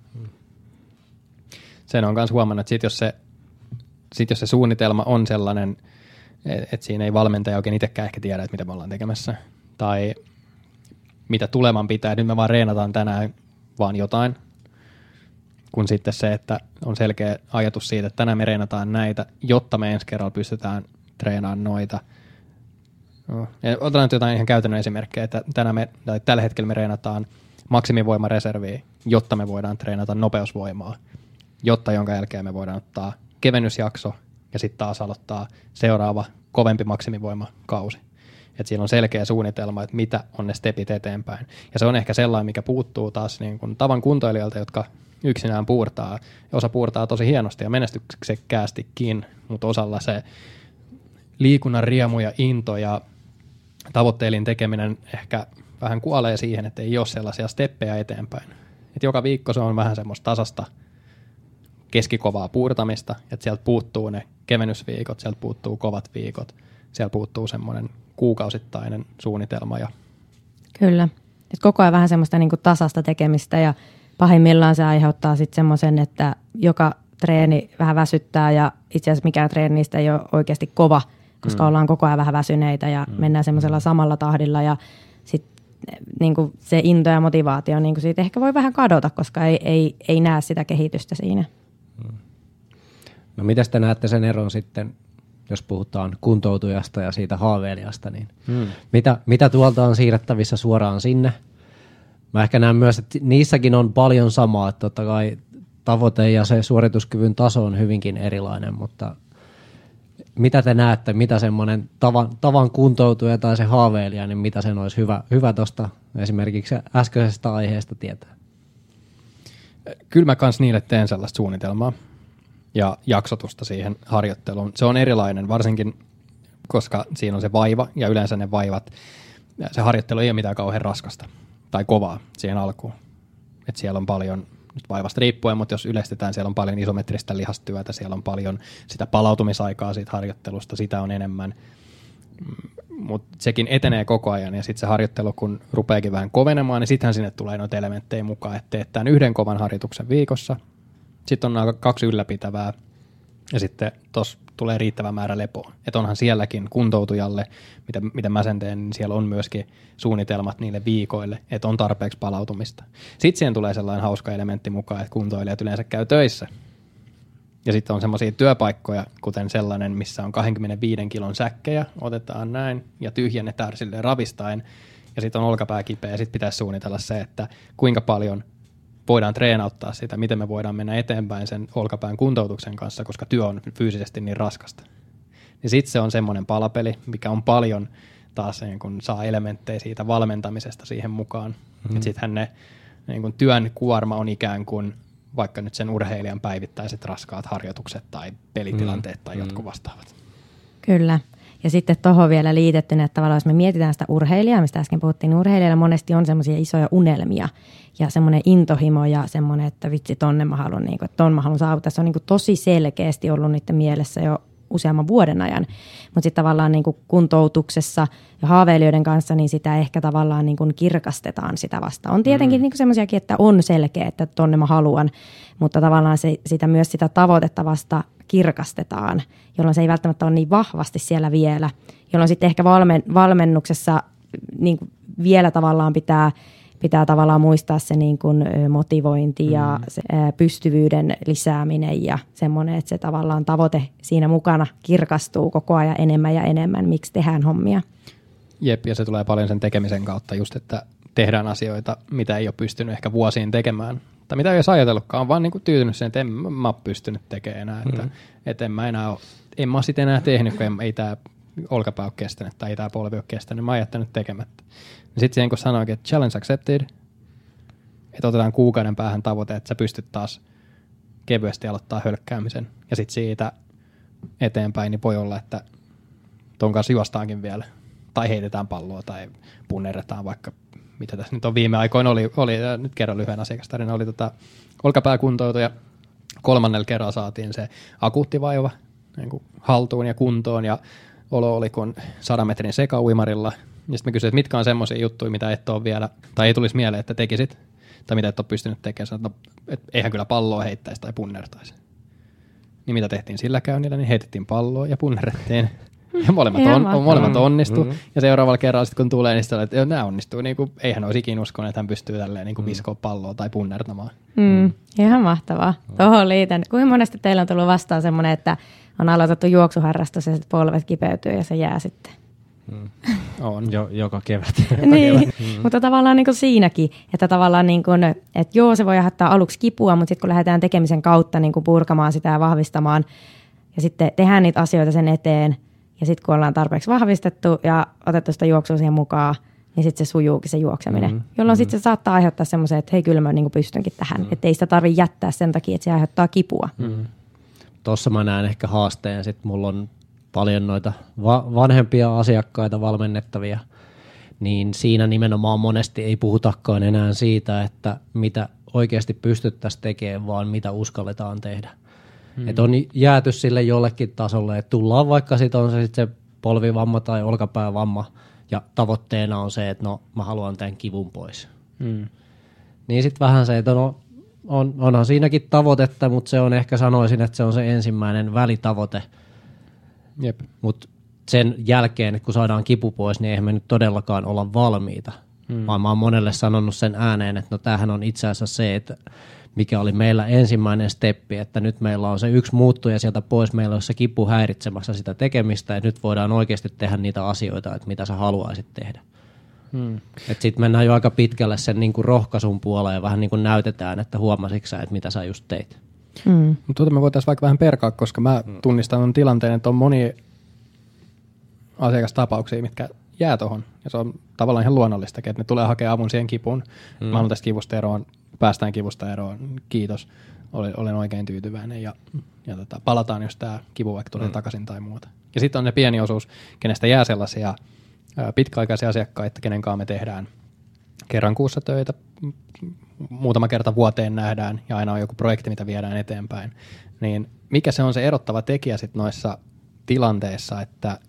Sen on myös huomannut, että sit jos, se, sit jos se suunnitelma on sellainen, että siinä ei valmentaja oikein itsekään ehkä tiedä, että mitä me ollaan tekemässä. Tai mitä tuleman pitää, nyt me vaan reenataan tänään vaan jotain. Kun sitten se, että on selkeä ajatus siitä, että tänään me reenataan näitä, jotta me ensi kerralla pystytään treenaamaan noita. No. Ja otetaan nyt jotain ihan käytännön esimerkkejä, että tänään me, tai tällä hetkellä me reenataan maksimivoimareserviä, jotta me voidaan treenata nopeusvoimaa, jotta jonka jälkeen me voidaan ottaa kevennysjakso ja sitten taas aloittaa seuraava kovempi maksimivoimakausi. Että siellä on selkeä suunnitelma, että mitä on ne stepit eteenpäin. Ja se on ehkä sellainen, mikä puuttuu taas niin kuin tavan kuntoilijoilta, jotka yksinään puurtaa. Ja osa puurtaa tosi hienosti ja menestyksekkäästikin, mutta osalla se liikunnan riemu ja into ja tavoitteelin tekeminen ehkä vähän kuolee siihen, että ei ole sellaisia steppejä eteenpäin. Et joka viikko se on vähän semmoista tasasta keskikovaa puurtamista, että sieltä puuttuu ne kevennysviikot, sieltä puuttuu kovat viikot, sieltä puuttuu semmoinen kuukausittainen suunnitelma. Ja kyllä. Et koko ajan vähän semmoista niinku tasasta tekemistä ja pahimmillaan se aiheuttaa sitten semmoisen, että joka treeni vähän väsyttää ja itse asiassa mikään treeni niistä ei ole oikeasti kova, koska mm. ollaan koko ajan vähän väsyneitä ja mm. mennään semmoisella samalla tahdilla ja sitten niinku se into ja motivaatio niinku siitä ehkä voi vähän kadota, koska ei, ei, ei näe sitä kehitystä siinä. No mitäs te näette sen eron sitten, jos puhutaan kuntoutujasta ja siitä haaveilijasta, niin hmm. mitä, mitä tuolta on siirrettävissä suoraan sinne? Mä ehkä näen myös, että niissäkin on paljon samaa, että totta kai tavoite ja se suorituskyvyn taso on hyvinkin erilainen, mutta mitä te näette, mitä semmoinen tavan, tavan kuntoutuja tai se haaveilija, niin mitä sen olisi hyvä, hyvä tuosta esimerkiksi äskeisestä aiheesta tietää? Kyllä mä kans niille teen sellaista suunnitelmaa ja jaksotusta siihen harjoitteluun. Se on erilainen, varsinkin koska siinä on se vaiva ja yleensä ne vaivat, se harjoittelu ei ole mitään kauhean raskasta tai kovaa siihen alkuun. Et siellä on paljon, nyt vaivasta riippuen, mutta jos yleistetään, siellä on paljon isometristä lihastyötä, siellä on paljon sitä palautumisaikaa siitä harjoittelusta, sitä on enemmän. Mutta sekin etenee koko ajan ja sitten se harjoittelu, kun rupeakin vähän kovenemaan, niin sittenhän sinne tulee noita elementtejä mukaan, että teet tämän yhden kovan harjoituksen viikossa, sitten on kaksi ylläpitävää ja sitten tuossa tulee riittävä määrä lepoa. Että onhan sielläkin kuntoutujalle, mitä, mitä mä sen teen, niin siellä on myöskin suunnitelmat niille viikoille, että on tarpeeksi palautumista. Sitten siihen tulee sellainen hauska elementti mukaan, että kuntoilijat yleensä käy töissä. Ja sitten on semmoisia työpaikkoja, kuten sellainen, missä on kaksikymmentäviisi kilon säkkejä, otetaan näin ja tyhjennetään silleen ravistaen. Ja sitten on olkapää kipeä ja sitten pitäisi suunnitella se, että kuinka paljon voidaan treenauttaa sitä, miten me voidaan mennä eteenpäin sen olkapään kuntoutuksen kanssa, koska työ on fyysisesti niin raskasta. Ja sitten se on semmoinen palapeli, mikä on paljon taas niin kun saa elementtejä siitä valmentamisesta siihen mukaan. Mm-hmm. Sittenhän ne niin kun työn kuorma on ikään kuin vaikka nyt sen urheilijan päivittäiset raskaat harjoitukset tai pelitilanteet mm. tai jotkut vastaavat. Kyllä. Ja sitten tuohon vielä liitettynä, että tavallaan jos me mietitään sitä urheilijaa, mistä äsken puhuttiin, urheilijalla monesti on semmoisia isoja unelmia ja semmoinen intohimo ja semmoinen, että vitsi tonne mä haluan, niin kuin, että ton mä haluan saavuttaa. Se on niin kuin tosi selkeästi ollut niiden mielessä jo useamman vuoden ajan. Mutta sitten tavallaan niin kuin kuntoutuksessa ja haaveilijoiden kanssa, niin sitä ehkä tavallaan niin kuin kirkastetaan sitä vasta. On tietenkin mm. niin kuin semmoisiakin, että on selkeä, että tonne mä haluan, mutta tavallaan se, sitä myös sitä tavoitetta vasta kirkastetaan, jolloin se ei välttämättä ole niin vahvasti siellä vielä, jolloin sitten ehkä valmen, valmennuksessa niin kuin vielä tavallaan pitää pitää tavallaan muistaa se niin kuin motivointi mm. ja se pystyvyyden lisääminen ja semmoinen, että se tavallaan tavoite siinä mukana kirkastuu koko ajan enemmän ja enemmän, miksi tehdään hommia. Jep, ja se tulee paljon sen tekemisen kautta just, että tehdään asioita, mitä ei ole pystynyt ehkä vuosiin tekemään. Tai mitä ei edes ajatellutkaan, on vaan niin kuin tyytynyt sen, että en mä ole pystynyt tekemään enää. Mm. Että, että en mä enää ole, en mä ole sitä enää tehnyt, kun ei tämä olkapää ole kestänyt tai ei tämä polvi ole kestänyt. Mä oon jättänyt tekemättä. Sitten siihen kun sanoinkin, että challenge accepted, että otetaan kuukauden päähän tavoite, että sä pystyt taas kevyesti aloittaa hölkkäämisen. Ja sitten siitä eteenpäin niin voi olla, että ton kanssa juostaankin vielä. Tai heitetään palloa tai punnerretaan vaikka, mitä tässä nyt on viime aikoina oli, oli nyt kerran lyhyen asiakastarina, oli tota olkapääkuntoutu ja kolmannella kerralla saatiin se akuutti vaiva niin kuin haltuun ja kuntoon ja olo oli kuin sadan metrin sekauimarilla. Ja sitten mä kysyin, että mitkä on semmoisia juttuja, mitä et ole vielä, tai ei tulisi mieleen, että tekisit, tai mitä et ole pystynyt tekemään. Sanoin, että no, et eihän kyllä palloa heittäisi tai punnertaisi. Niin mitä tehtiin sillä käynnillä, niin heitettiin palloa ja punnerrettiin. Ja molemmat, on, molemmat onnistu. Mm-hmm. Ja seuraavalla kerralla sitten kun tulee, niin sitten että nämä onnistuu. Niin kuin, eihän olisi ikinä uskonut, että hän pystyy tälleen niin kuin viskoa palloa tai punnertamaan. Mm. Ihan mahtavaa. Tuohon liitän. Kuinka monesti teillä on tullut vastaan semmoinen, että on aloitettu juoksuharrastus ja sitten polvet kipeytyy ja se jää sitten? Mm. On jo, joka kevät. Niin, mm. mutta tavallaan niin kuin siinäkin, että tavallaan niin kuin, että joo se voi aiheuttaa aluksi kipua, mutta sitten kun lähdetään tekemisen kautta niin kuin purkamaan sitä ja vahvistamaan ja sitten tehdään niitä asioita sen eteen ja sitten kun ollaan tarpeeksi vahvistettu ja otettu sitä juoksua siihen mukaan, niin sitten se sujuukin se juokseminen, mm. jolloin mm. sitten se saattaa aiheuttaa semmoisen, että hei kyllä mä niin kuin pystynkin tähän, mm. että ei sitä tarvitse jättää sen takia, että se aiheuttaa kipua. Mm. Tuossa mä näen ehkä haasteen, sitten mulla on paljon noita va- vanhempia asiakkaita, valmennettavia, niin siinä nimenomaan monesti ei puhutakaan enää siitä, että mitä oikeasti pystyttäisiin tekemään, vaan mitä uskalletaan tehdä. Hmm. Että on jääty sille jollekin tasolle, että tullaan vaikka sitten on se, sit se polvivamma tai olkapäävamma, ja tavoitteena on se, että no mä haluan tämän kivun pois. Hmm. Niin sitten vähän se, että no, on, onhan siinäkin tavoitetta, mutta se on ehkä sanoisin, että se on se ensimmäinen välitavoite. Mutta sen jälkeen, kun saadaan kipu pois, niin eihän me nyt todellakaan olla valmiita. Hmm. Vaan mä oon monelle sanonut sen ääneen, että no tämähän on itse asiassa se, että mikä oli meillä ensimmäinen steppi, että nyt meillä on se yksi muuttuja sieltä pois, meillä on se kipu häiritsemässä sitä tekemistä, ja nyt voidaan oikeasti tehdä niitä asioita, että mitä sä haluaisit tehdä. Hmm. Että sitten mennään jo aika pitkälle sen niin kuin rohkaisun puoleen ja vähän niin kuin näytetään, että huomasitko sä, että mitä sä just teit. Hmm. Mutta tuota me voitaisiin vaikka vähän perkaa, koska mä tunnistan on tilanteen, että on moni asiakastapauksia, mitkä jää tuohon. Ja se on tavallaan ihan luonnollistakin, että ne tulee hakemaan avun siihen kipuun. Hmm. Mä haluan tästä kivusta eroon, päästään kivusta eroon, kiitos, olen, olen oikein tyytyväinen. Ja, ja tota, palataan, jos tämä kivu vaikka tulee hmm. takaisin tai muuta. Ja sitten on ne pieni osuus, kenestä jää sellaisia ää, pitkäaikaisia asiakkaita, kenen kanssa me tehdään kerran kuussa töitä, muutama kerta vuoteen nähdään ja aina on joku projekti, mitä viedään eteenpäin. Niin mikä se on se erottava tekijä sitten noissa tilanteissa, että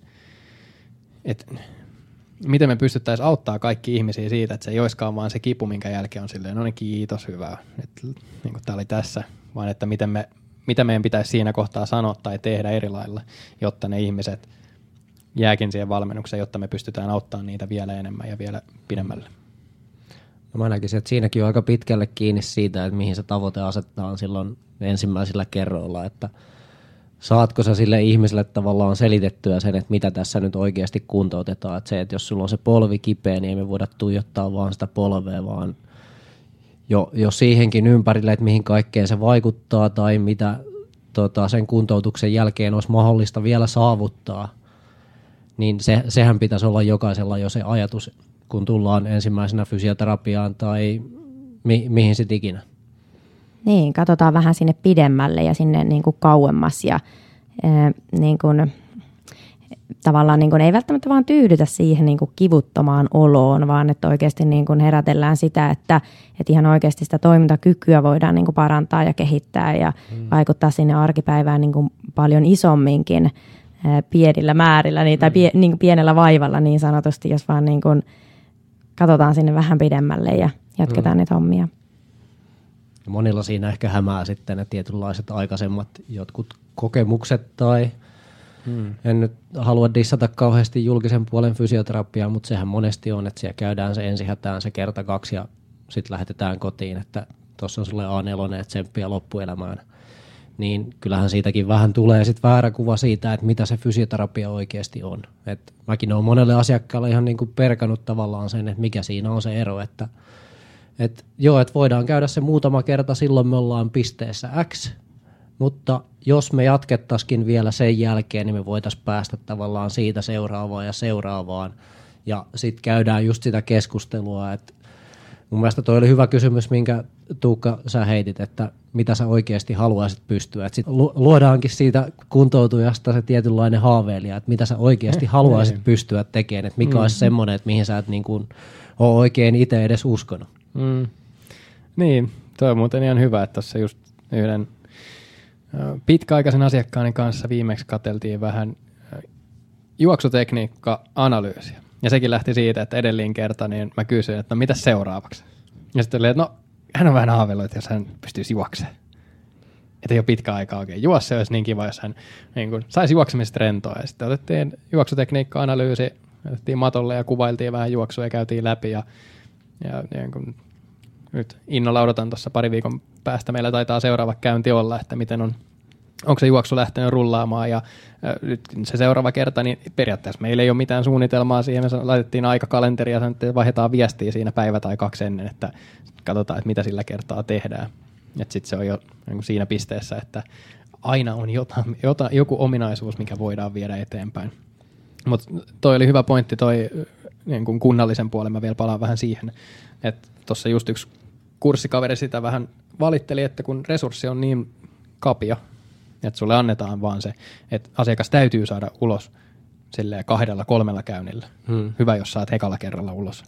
et, miten me pystyttäisiin auttaa kaikki ihmisiä siitä, että se ei olisikaan vaan se kipu, minkä jälkeen on silleen, no niin kiitos, hyvä, että niin kuin tämä oli tässä, vaan että miten me, mitä meidän pitäisi siinä kohtaa sanoa tai tehdä eri lailla, jotta ne ihmiset jääkin siihen valmennukseen, jotta me pystytään auttamaan niitä vielä enemmän ja vielä pidemmälle. No mä näkisin, että siinäkin on aika pitkälle kiinni siitä, että mihin se tavoite asetetaan silloin ensimmäisillä kerroilla, että saatko sä sille ihmiselle tavallaan selitettyä sen, että mitä tässä nyt oikeasti kuntoutetaan, että se, että jos sulla on se polvi kipeä, niin ei me voida tuijottaa vaan sitä polvea, vaan jo, jo siihenkin ympärille, että mihin kaikkeen se vaikuttaa tai mitä tota, sen kuntoutuksen jälkeen olisi mahdollista vielä saavuttaa, niin se, sehän pitäisi olla jokaisella jo se ajatus, kun tullaan ensimmäisenä fysioterapiaan tai mi- mihin sitten ikinä. Niin, katsotaan vähän sinne pidemmälle ja sinne niin kuin kauemmas ja ää, niin kuin, tavallaan niin kuin ei välttämättä vaan tyydytä siihen niin kuin kivuttomaan oloon, vaan että oikeasti niin kuin herätellään sitä, että, että ihan oikeasti sitä toimintakykyä voidaan niin kuin parantaa ja kehittää ja mm. vaikuttaa sinne arkipäivään niin kuin paljon isomminkin ää, pienillä määrillä niin, tai pie, niin kuin pienellä vaivalla niin sanotusti, jos vaan niin kuin katsotaan sinne vähän pidemmälle ja jatketaan mm. niitä hommia. Monilla siinä ehkä hämää sitten ne tietynlaiset aikaisemmat jotkut kokemukset tai hmm. en nyt halua dissata kauheasti julkisen puolen fysioterapiaa, mutta sehän monesti on, että siellä käydään se ensihätään se kerta kaksi ja sitten lähetetään kotiin, että tuossa on sulle A neljä, että tsemppiä loppuelämään. Niin kyllähän siitäkin vähän tulee sit väärä kuva siitä, että mitä se fysioterapia oikeasti on. Et mäkin olen monelle asiakkaalle ihan niin kuin perkanut tavallaan sen, että mikä siinä on se ero, että et joo, että voidaan käydä se muutama kerta, silloin me ollaan pisteessä X, mutta jos me jatkettaisikin vielä sen jälkeen, niin me voitaisiin päästä tavallaan siitä seuraavaan ja seuraavaan. Ja sitten käydään just sitä keskustelua, että mun mielestä toi oli hyvä kysymys, minkä Tuukka sä heitit, että mitä sä oikeasti haluaisit pystyä. Et sit luodaankin siitä kuntoutujasta se tietynlainen haaveilija, että mitä sä oikeasti haluaisit pystyä tekemään, että mikä mm. olisi semmoinen, että mihin sä et niin kuin ole oikein itse edes uskonut. Mm. Niin, toi on muuten ihan hyvä, että tuossa just yhden pitkäaikaisen asiakkaani kanssa viimeksi katseltiin vähän juoksutekniikka-analyysiä. Ja sekin lähti siitä, että edellinen kerta niin mä kysyin, että no mitä seuraavaksi? Ja sitten oli, että no hän on vähän haaveillut, että jos hän pystyisi juoksemaan. Että ei ole pitkä aikaa oikein juossa, olisi niin kiva, jos hän niin kuin, saisi juoksemista rentoa. Ja sitten otettiin juoksutekniikka-analyysi, otettiin matolle ja kuvailtiin vähän juoksua ja käytiin läpi. Ja, ja niin kuin, nyt innolla odotan tuossa pari viikon päästä. Meillä taitaa seuraava käynti olla, että miten on, onko se juoksu lähtenyt rullaamaan. Ja äh, nyt se seuraava kerta, niin periaatteessa meillä ei ole mitään suunnitelmaa siihen. Me laitettiin aikakalenteri ja sanottiin, että vaihdetaan viestiä siinä päivä tai kaksi ennen, että katsotaan, että mitä sillä kertaa tehdään. Että sitten se on jo niin siinä pisteessä, että aina on jotain, jotain, joku ominaisuus, mikä voidaan viedä eteenpäin. Mutta toi oli hyvä pointti, toi niin kuin kunnallisen puolen, mä vielä palaan vähän siihen, että tuossa just yksi kurssikaveri sitä vähän valitteli, että kun resurssi on niin kapea, että sulle annetaan vaan se, että asiakas täytyy saada ulos silleen kahdella, kolmella käynnillä. Hmm. Hyvä, jos saat ekalla kerralla ulos.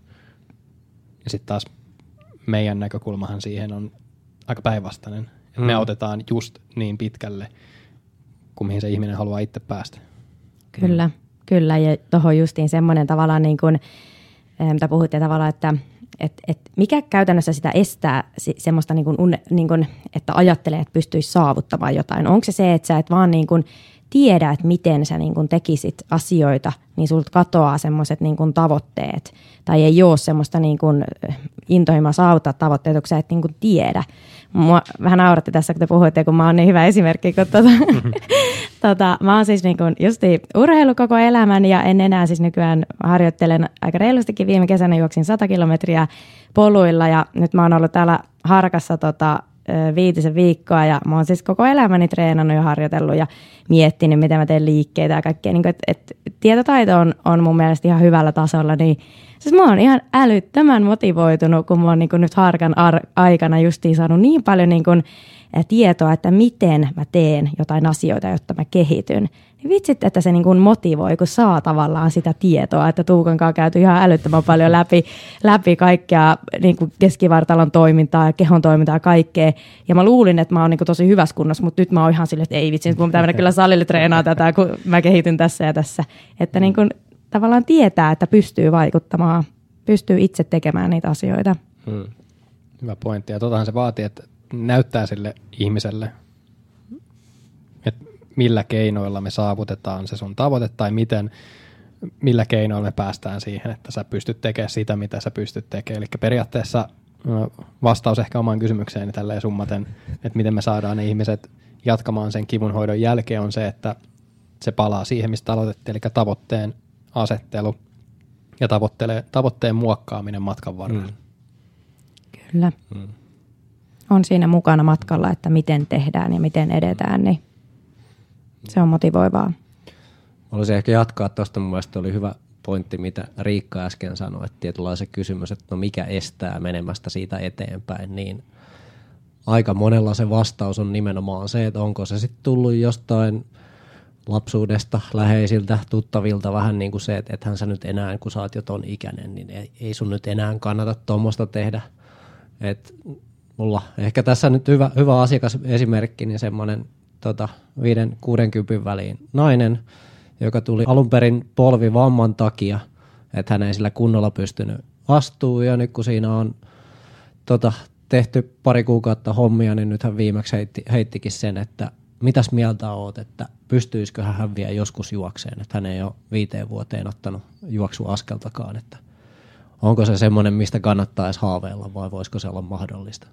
Ja sitten taas meidän näkökulmahan siihen on aika päinvastainen. Hmm. Me otetaan just niin pitkälle, kuin mihin se ihminen haluaa itse päästä. Kyllä, hmm. kyllä. Ja tuohon justiin semmoinen tavallaan, niin kuin, mitä puhuitte tavallaan, että et, et mikä käytännössä sitä estää semmoista, niin kuin, niin kuin, että ajattelee, että pystyisi saavuttamaan jotain. Onko se se, että sä et vaan niin kuin tiedä, että miten sä niin kuin tekisit asioita, niin sulta katoaa semmoiset niin kuin tavoitteet. Tai ei ole semmoista niin kuin intohimoa saavuttaa tavoitteita, kun sä et niin kuin tiedä. Mua vähän nauratti tässä, kun te puhuitte, kun mä oon niin hyvä esimerkki. Kun tota, tota, mä oon siis niin kuin justi urheilu koko elämän ja en enää siis nykyään harjoittelen aika reilustikin. Viime kesänä juoksin sata kilometriä poluilla ja nyt mä oon ollut täällä Harkassa tota, viitisen viikkoa ja mä oon siis koko elämäni treenannut ja harjoitellut ja miettinyt, miten mä teen liikkeitä ja kaikkea. Niin että et, tietotaito on, on mun mielestä ihan hyvällä tasolla, niin siis mä oon ihan älyttömän motivoitunut, kun mä oon niin kuin nyt Harkan ar- aikana justiin saanut niin paljon niin kuin tietoa, että miten mä teen jotain asioita, jotta mä kehityn. Niin vitsit, että se niin kuin motivoi, kun saa tavallaan sitä tietoa, että Tuukan kanssa on käyty ihan älyttömän paljon läpi, läpi kaikkea niin kuin keskivartalon toimintaa ja kehon toimintaa ja kaikkea. Ja mä luulin, että mä oon niin kuin tosi hyvässä kunnossa, mutta nyt mä oon ihan silleen, että ei vitsi, nyt mun pitää mennä kyllä salille treenaa tätä, kun mä kehityn tässä ja tässä. Että niin kuin tavallaan tietää, että pystyy vaikuttamaan, pystyy itse tekemään niitä asioita. Hmm. Hyvä pointti. Ja totahan se vaatii, että näyttää sille ihmiselle, että millä keinoilla me saavutetaan se sun tavoite tai miten, millä keinoilla me päästään siihen, että sä pystyt tekemään sitä, mitä sä pystyt tekemään. Eli periaatteessa vastaus ehkä omaan kysymykseeni tälleen summaten, että miten me saadaan ne ihmiset jatkamaan sen kivunhoidon jälkeen on se, että se palaa siihen, mistä aloitettiin, eli tavoitteen asettelu ja tavoitteen muokkaaminen matkan varrella. Mm. Kyllä. Mm. On siinä mukana matkalla, että miten tehdään ja miten edetään, niin se on motivoivaa. Haluaisin ehkä jatkaa tuosta, mun mielestä oli hyvä pointti, mitä Riikka äsken sanoi, että tietynlainen kysymys, että no mikä estää menemästä siitä eteenpäin, niin aika monella se vastaus on nimenomaan se, että onko se sitten tullut jostain lapsuudesta, läheisiltä, tuttavilta vähän niin kuin se, että ethän sä nyt enää, kun sä oot jo ton ikäinen, niin ei, ei sun nyt enää kannata tuommoista tehdä. Et mulla ehkä tässä nyt hyvä, hyvä asiakasesimerkki, niin semmoinen tota, viiden kuudenkympin väliin nainen, joka tuli alun perin polvivamman takia, että hän ei sillä kunnolla pystynyt astumaan, ja nyt kun siinä on tota, tehty pari kuukautta hommia, niin nyt hän viimeksi heitti, heittikin sen, että mitäs mieltä oot, että pystyisikö hän vielä joskus juokseen, että hän ei ole viiteen vuoteen ottanut juoksuaskeltakaan, että onko se semmoinen, mistä kannattaa edes haaveilla vai voisiko se olla mahdollista.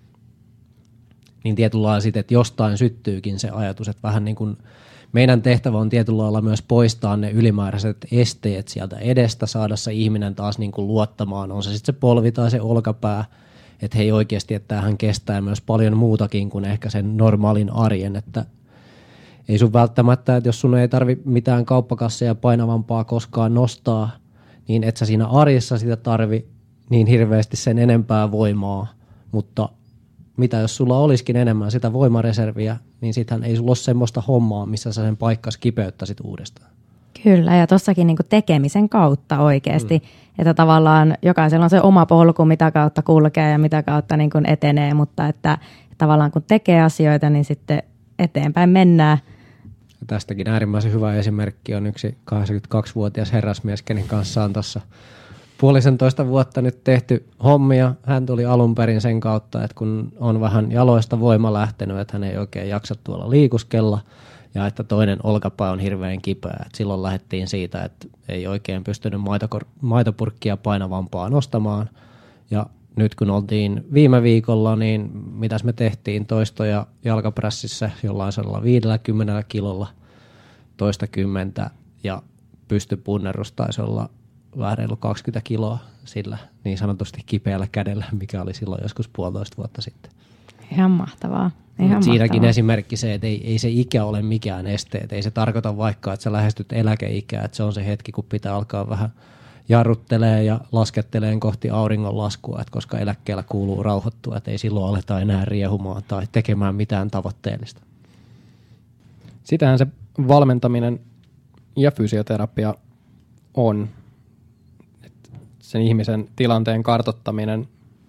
Niin tietyllä lailla sitten, että jostain syttyykin se ajatus, että vähän niin kuin meidän tehtävä on tietyllä lailla myös poistaa ne ylimääräiset esteet sieltä edestä, saada se ihminen taas niin kuin luottamaan, on se sitten se polvi tai se olkapää, että hei oikeasti, että tämähän kestää myös paljon muutakin kuin ehkä sen normaalin arjen, että ei sun välttämättä, että jos sun ei tarvi mitään kauppakasseja painavampaa koskaan nostaa, niin et sä siinä arjessa sitä tarvi niin hirveästi sen enempää voimaa, mutta mitä jos sulla olisikin enemmän sitä voimareserviä, niin sittenhän ei sulla ole semmoista hommaa, missä sä sen paikkas kipeyttäisit uudestaan. Kyllä, ja tossakin niinku tekemisen kautta oikeasti, mm. että tavallaan jokaisella on se oma polku, mitä kautta kulkee ja mitä kautta niinku etenee, mutta että tavallaan kun tekee asioita, niin sitten eteenpäin mennään. Ja tästäkin äärimmäisen hyvä esimerkki on yksi kahdeksankymmentäkaksivuotias herrasmies, kenen kanssa on tuossa puolisentoista vuotta nyt tehty hommia. Hän tuli alun perin sen kautta, että kun on vähän jaloista voima lähtenyt, että hän ei oikein jaksa tuolla liikuskella ja että toinen olkapää on hirveän kipeä. Et silloin lähdettiin siitä, että ei oikein pystynyt maitokor- maitopurkkia painavampaa nostamaan. Ja nyt kun oltiin viime viikolla, niin mitäs me tehtiin toistoja jalkaprässissä jollain sellaisella viidelläkymmenellä kilolla toista kymmentä ja pystypunnerus taisi olla vähän reilu kaksikymmentä kiloa sillä niin sanotusti kipeällä kädellä, mikä oli silloin joskus puolitoista vuotta sitten. Ihan mahtavaa. Ihan siinäkin mahtavaa. Esimerkki se, että ei, ei se ikä ole mikään este. Että ei se tarkoita vaikka, että sä lähestyt eläkeikää, että se on se hetki, kun pitää alkaa vähän jarruttelee ja laskettelee kohti auringon laskua, että koska eläkkeellä kuuluu rauhoittua, että ei silloin aleta enää riehumaan tai tekemään mitään tavoitteellista. Sitähän se valmentaminen ja fysioterapia on. Sen ihmisen tilanteen kartoittaminen,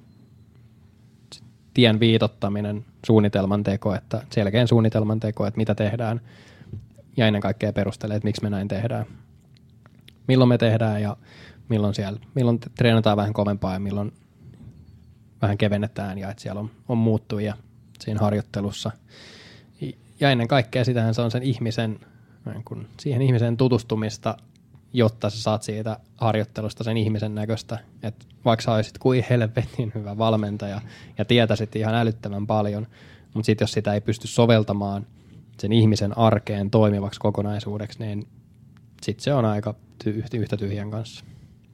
tien viitottaminen, suunnitelman teko, että selkeän suunnitelman teko, että mitä tehdään ja ennen kaikkea perustelee, että miksi me näin tehdään. Milloin me tehdään ja milloin siellä, milloin treenataan vähän kovempaa ja milloin vähän kevennetään ja että siellä on, on muuttujia siinä harjoittelussa. Ja ennen kaikkea sitähän se on sen ihmisen, kun siihen ihmiseen tutustumista, jotta sä saat siitä harjoittelusta sen ihmisen näköistä, että vaikka sä olisit kuin helvetin hyvä valmentaja ja tietäisit ihan älyttömän paljon, mutta sitten jos sitä ei pysty soveltamaan sen ihmisen arkeen toimivaksi kokonaisuudeksi, niin sitten se on aika ty- yhtä tyhjän kanssa.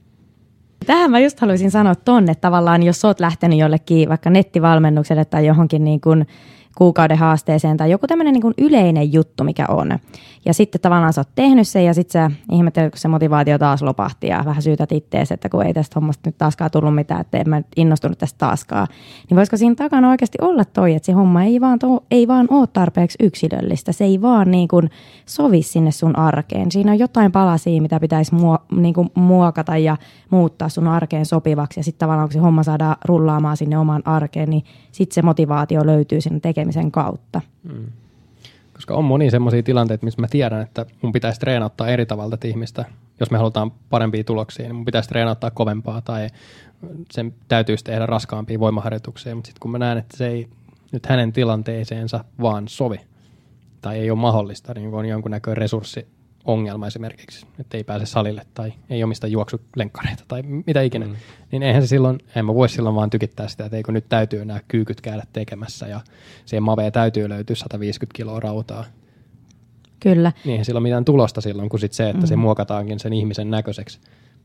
Tähän mä just haluaisin sanoa tonne, että tavallaan jos sä oot lähtenyt jollekin vaikka nettivalmennukselle tai johonkin niin kuin kuukauden haasteeseen tai joku tämmöinen niin kuin yleinen juttu, mikä on. Ja sitten tavallaan sä oot tehnyt sen ja sitten sä ihmettelet, kun se motivaatio taas lopahti ja vähän syytät ittees, että kun ei tästä hommasta nyt taaskaan tullut mitään, että en mä nyt innostunut tästä taaskaan. Niin voisiko siinä takana oikeasti olla toi, että se homma ei vaan, to, ei vaan ole tarpeeksi yksilöllistä. Se ei vaan niin kuin sovi sinne sun arkeen. Siinä on jotain palasia, mitä pitäisi mua, niin kuin muokata ja muuttaa sun arkeen sopivaksi. Ja sitten tavallaan kun se homma saadaan rullaamaan sinne omaan arkeen, niin sitten se motivaatio löytyy sinne tekemisen kautta. Hmm. Koska on monia semmoisia tilanteita, missä mä tiedän, että mun pitäisi treenauttaa eri tavalla ihmistä. Jos me halutaan parempia tuloksia, niin mun pitäisi treenauttaa kovempaa tai sen täytyisi tehdä raskaampia voimaharjoituksia. Mutta sitten kun mä näen, että se ei nyt hänen tilanteeseensa vaan sovi tai ei ole mahdollista, niin on jonkunnäköinen resurssiongelma esimerkiksi, että ei pääse salille tai ei omista juoksulenkkareita tai mitä ikinä, mm. niin eihän se silloin, en mä voi silloin vaan tykittää sitä, että eikö nyt täytyy nämä kyykyt käydä tekemässä ja siihen maveen täytyy löytyä sata viisikymmentä kiloa rautaa. Kyllä. Niin eihän sillä ole mitään tulosta silloin, kuin sit se, että mm. se muokataankin sen ihmisen näköiseksi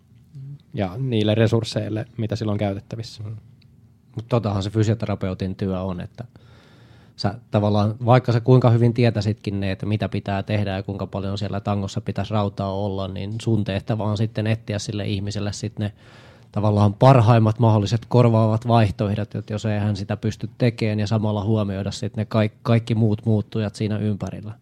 ja niille resursseille, mitä silloin on käytettävissä. Mm. Mutta totahan se fysioterapeutin työ on, että sä tavallaan, vaikka sä kuinka hyvin tietäisitkin ne, että mitä pitää tehdä ja kuinka paljon siellä tangossa pitäisi rautaa olla, niin sun tehtävä on sitten etsiä sille ihmiselle sitten ne tavallaan parhaimmat mahdolliset korvaavat vaihtoehdot, että jos ei hän sitä pysty tekemään ja samalla huomioida sitten ne kaikki, kaikki muut muuttujat siinä ympärillä.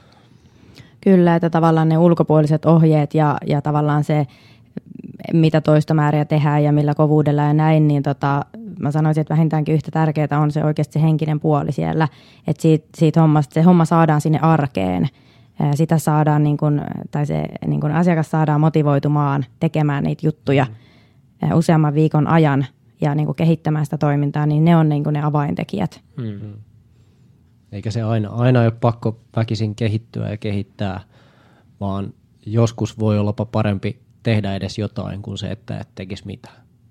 Kyllä, että tavallaan ne ulkopuoliset ohjeet ja, ja tavallaan se, mitä toistomääriä tehdään ja millä kovuudella ja näin, niin tota, mä sanoisin, että vähintäänkin yhtä tärkeää on se oikeasti se henkinen puoli siellä, että siitä, siitä hommasta, se homma saadaan sinne arkeen, sitä saadaan, niin kun, tai se niin kun asiakas saadaan motivoitumaan tekemään niitä juttuja mm. useamman viikon ajan ja niin kun kehittämään sitä toimintaa, niin ne on niin kun ne avaintekijät. Mm-hmm. Eikä se aina, aina ole pakko väkisin kehittyä ja kehittää, vaan joskus voi ollapa parempi tehdä edes jotain kuin se, että et tekisi mitään.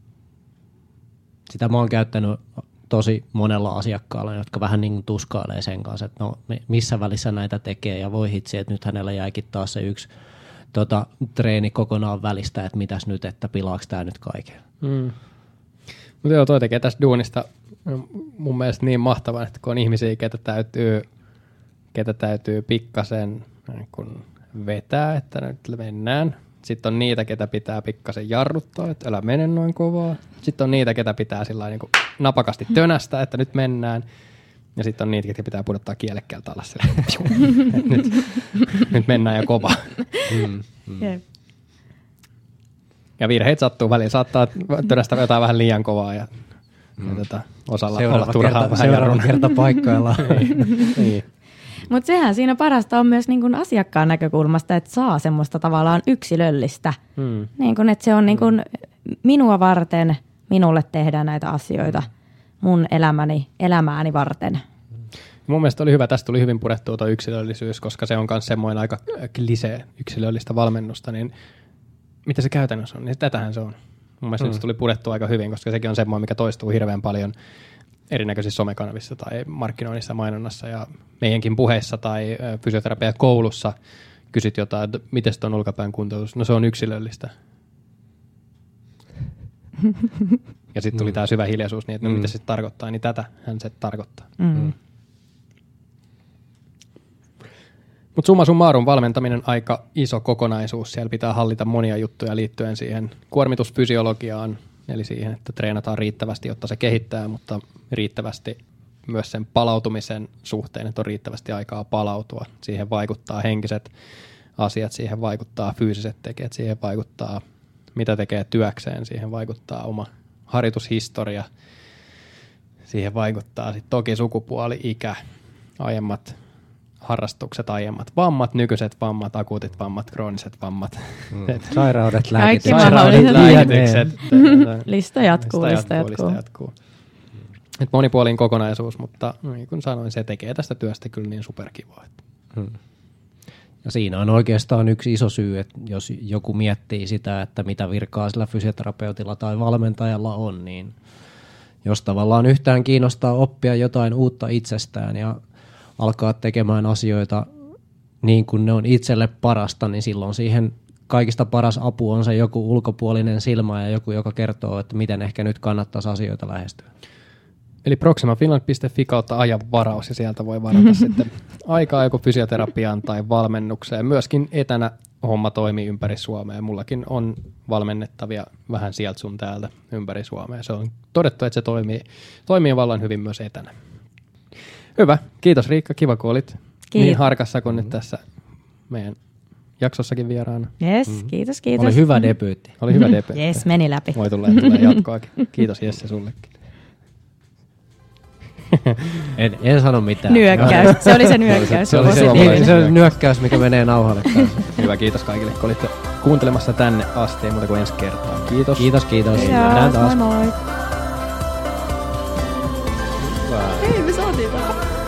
sitä mä oon käyttänyt tosi monella asiakkaalla, jotka vähän niin kuin tuskailee sen kanssa, että no missä välissä näitä tekee ja voi hitsi, että nyt hänellä jäikin taas se yksi tota, treeni kokonaan välistä, että mitäs nyt, että pilaaks tää nyt kaiken. Mm. Mutta joo, toi tekee tästä duunista mun mielestä niin mahtavan, että kun on ihmisiä, ketä täytyy, ketä täytyy pikkasen niin kun vetää, että nyt mennään. Sitten on niitä, ketä pitää pikkasen jarruttaa, että älä mene noin kovaa. Sitten on niitä, ketä pitää sillä niin kuin napakasti tönästä, että nyt mennään. Ja sitten on niitä, ketä pitää pudottaa kielekkeeltä alas sillä. nyt, nyt mennään jo kovaa. Mm, mm. Jep. Ja virheet sattuu väliin. Saattaa tönästä jotain vähän liian kovaa ja, mm. ja tota, osalla seuraava olla turhaa kerta, vähän seuraava jarruna. kerta paikkoillaan. niin. Mutta sehän siinä parasta on myös niin kun asiakkaan näkökulmasta, että saa semmoista tavallaan yksilöllistä. Hmm. Niin kun, että se on niin kun minua varten, minulle tehdään näitä asioita mun elämäni, elämääni varten. Mun mielestä oli hyvä, tästä tuli hyvin purettua tuo yksilöllisyys, koska se on myös semmoinen aika klisee yksilöllistä valmennusta, niin mitä se käytännössä on, niin tätähän se on. Mun mielestä hmm. se tuli purettua aika hyvin, koska sekin on semmoinen, mikä toistuu hirveän paljon erinäköisissä somekanavissa tai markkinoinnissa ja mainonnassa ja meidänkin puheissa tai fysioterapiakoulussa kysyt jotain, että miten on olkapään kuntoutus? No se on yksilöllistä. Ja sitten tuli mm. tämä syvä hiljaisuus, niin että no mm. mitä se tarkoittaa, niin tätähän se tarkoittaa. Mm. Mutta summa summarum valmentaminen aika iso kokonaisuus. Siellä pitää hallita monia juttuja liittyen siihen kuormitusfysiologiaan, eli siihen, että treenataan riittävästi, jotta se kehittää, mutta riittävästi myös sen palautumisen suhteen, että on riittävästi aikaa palautua. Siihen vaikuttaa henkiset asiat, siihen vaikuttaa fyysiset tekijät, siihen vaikuttaa mitä tekee työkseen, siihen vaikuttaa oma harjoitushistoria, siihen vaikuttaa sitten toki sukupuoli, ikä, aiemmat harrastukset, aiemmat vammat, nykyiset vammat, akuutit vammat, krooniset vammat. Mm. Sairaudet, Kaikki lääkitykset. lääkitykset. Lista jatkuu, lista jatkuu. Lista jatkuu. Et monipuolinen kokonaisuus, mutta niin kuin sanoin, se tekee tästä työstä kyllä niin superkivaa. Hmm. Ja siinä on oikeastaan yksi iso syy, että jos joku miettii sitä, että mitä virkaa sillä fysioterapeutilla tai valmentajalla on, niin jos tavallaan yhtään kiinnostaa oppia jotain uutta itsestään ja alkaa tekemään asioita niin kuin ne on itselle parasta, niin silloin siihen kaikista paras apu on se joku ulkopuolinen silmä ja joku, joka kertoo, että miten ehkä nyt kannattaisi asioita lähestyä. Eli proximafinland piste fi kautta ajanvaraus ja sieltä voi varata sitten aikaa joko fysioterapiaan tai valmennukseen. Myöskin etänä homma toimii ympäri Suomea. Mullakin on valmennettavia vähän sieltä sun täältä ympäri Suomea. Se on todettu, että se toimii, toimii vallan hyvin myös etänä. Hyvä. Kiitos Riikka. Kiva, kun olit Kiitos. Niin harkassa kuin nyt tässä meidän jaksossakin vieraana. Yes, mm. kiitos, kiitos. Oli hyvä debyytti. Oli hyvä debyytti. Yes, meni läpi. Voi tulla ja tulee jatkoakin. Kiitos Jesse sullekin. En, en sano mitään. Nyökkäys. Se oli se nyökkäys. Se oli se, se, se, se nyökkäys, mikä menee nauhalle kanssa. Hyvä, kiitos kaikille, kun olitte kuuntelemassa tänne asti. Ei muuta kuin ensi kertaa. Kiitos. Kiitos, kiitos. Nähdään taas. Moi moi. Hyvä. Hei, me saatiin tää.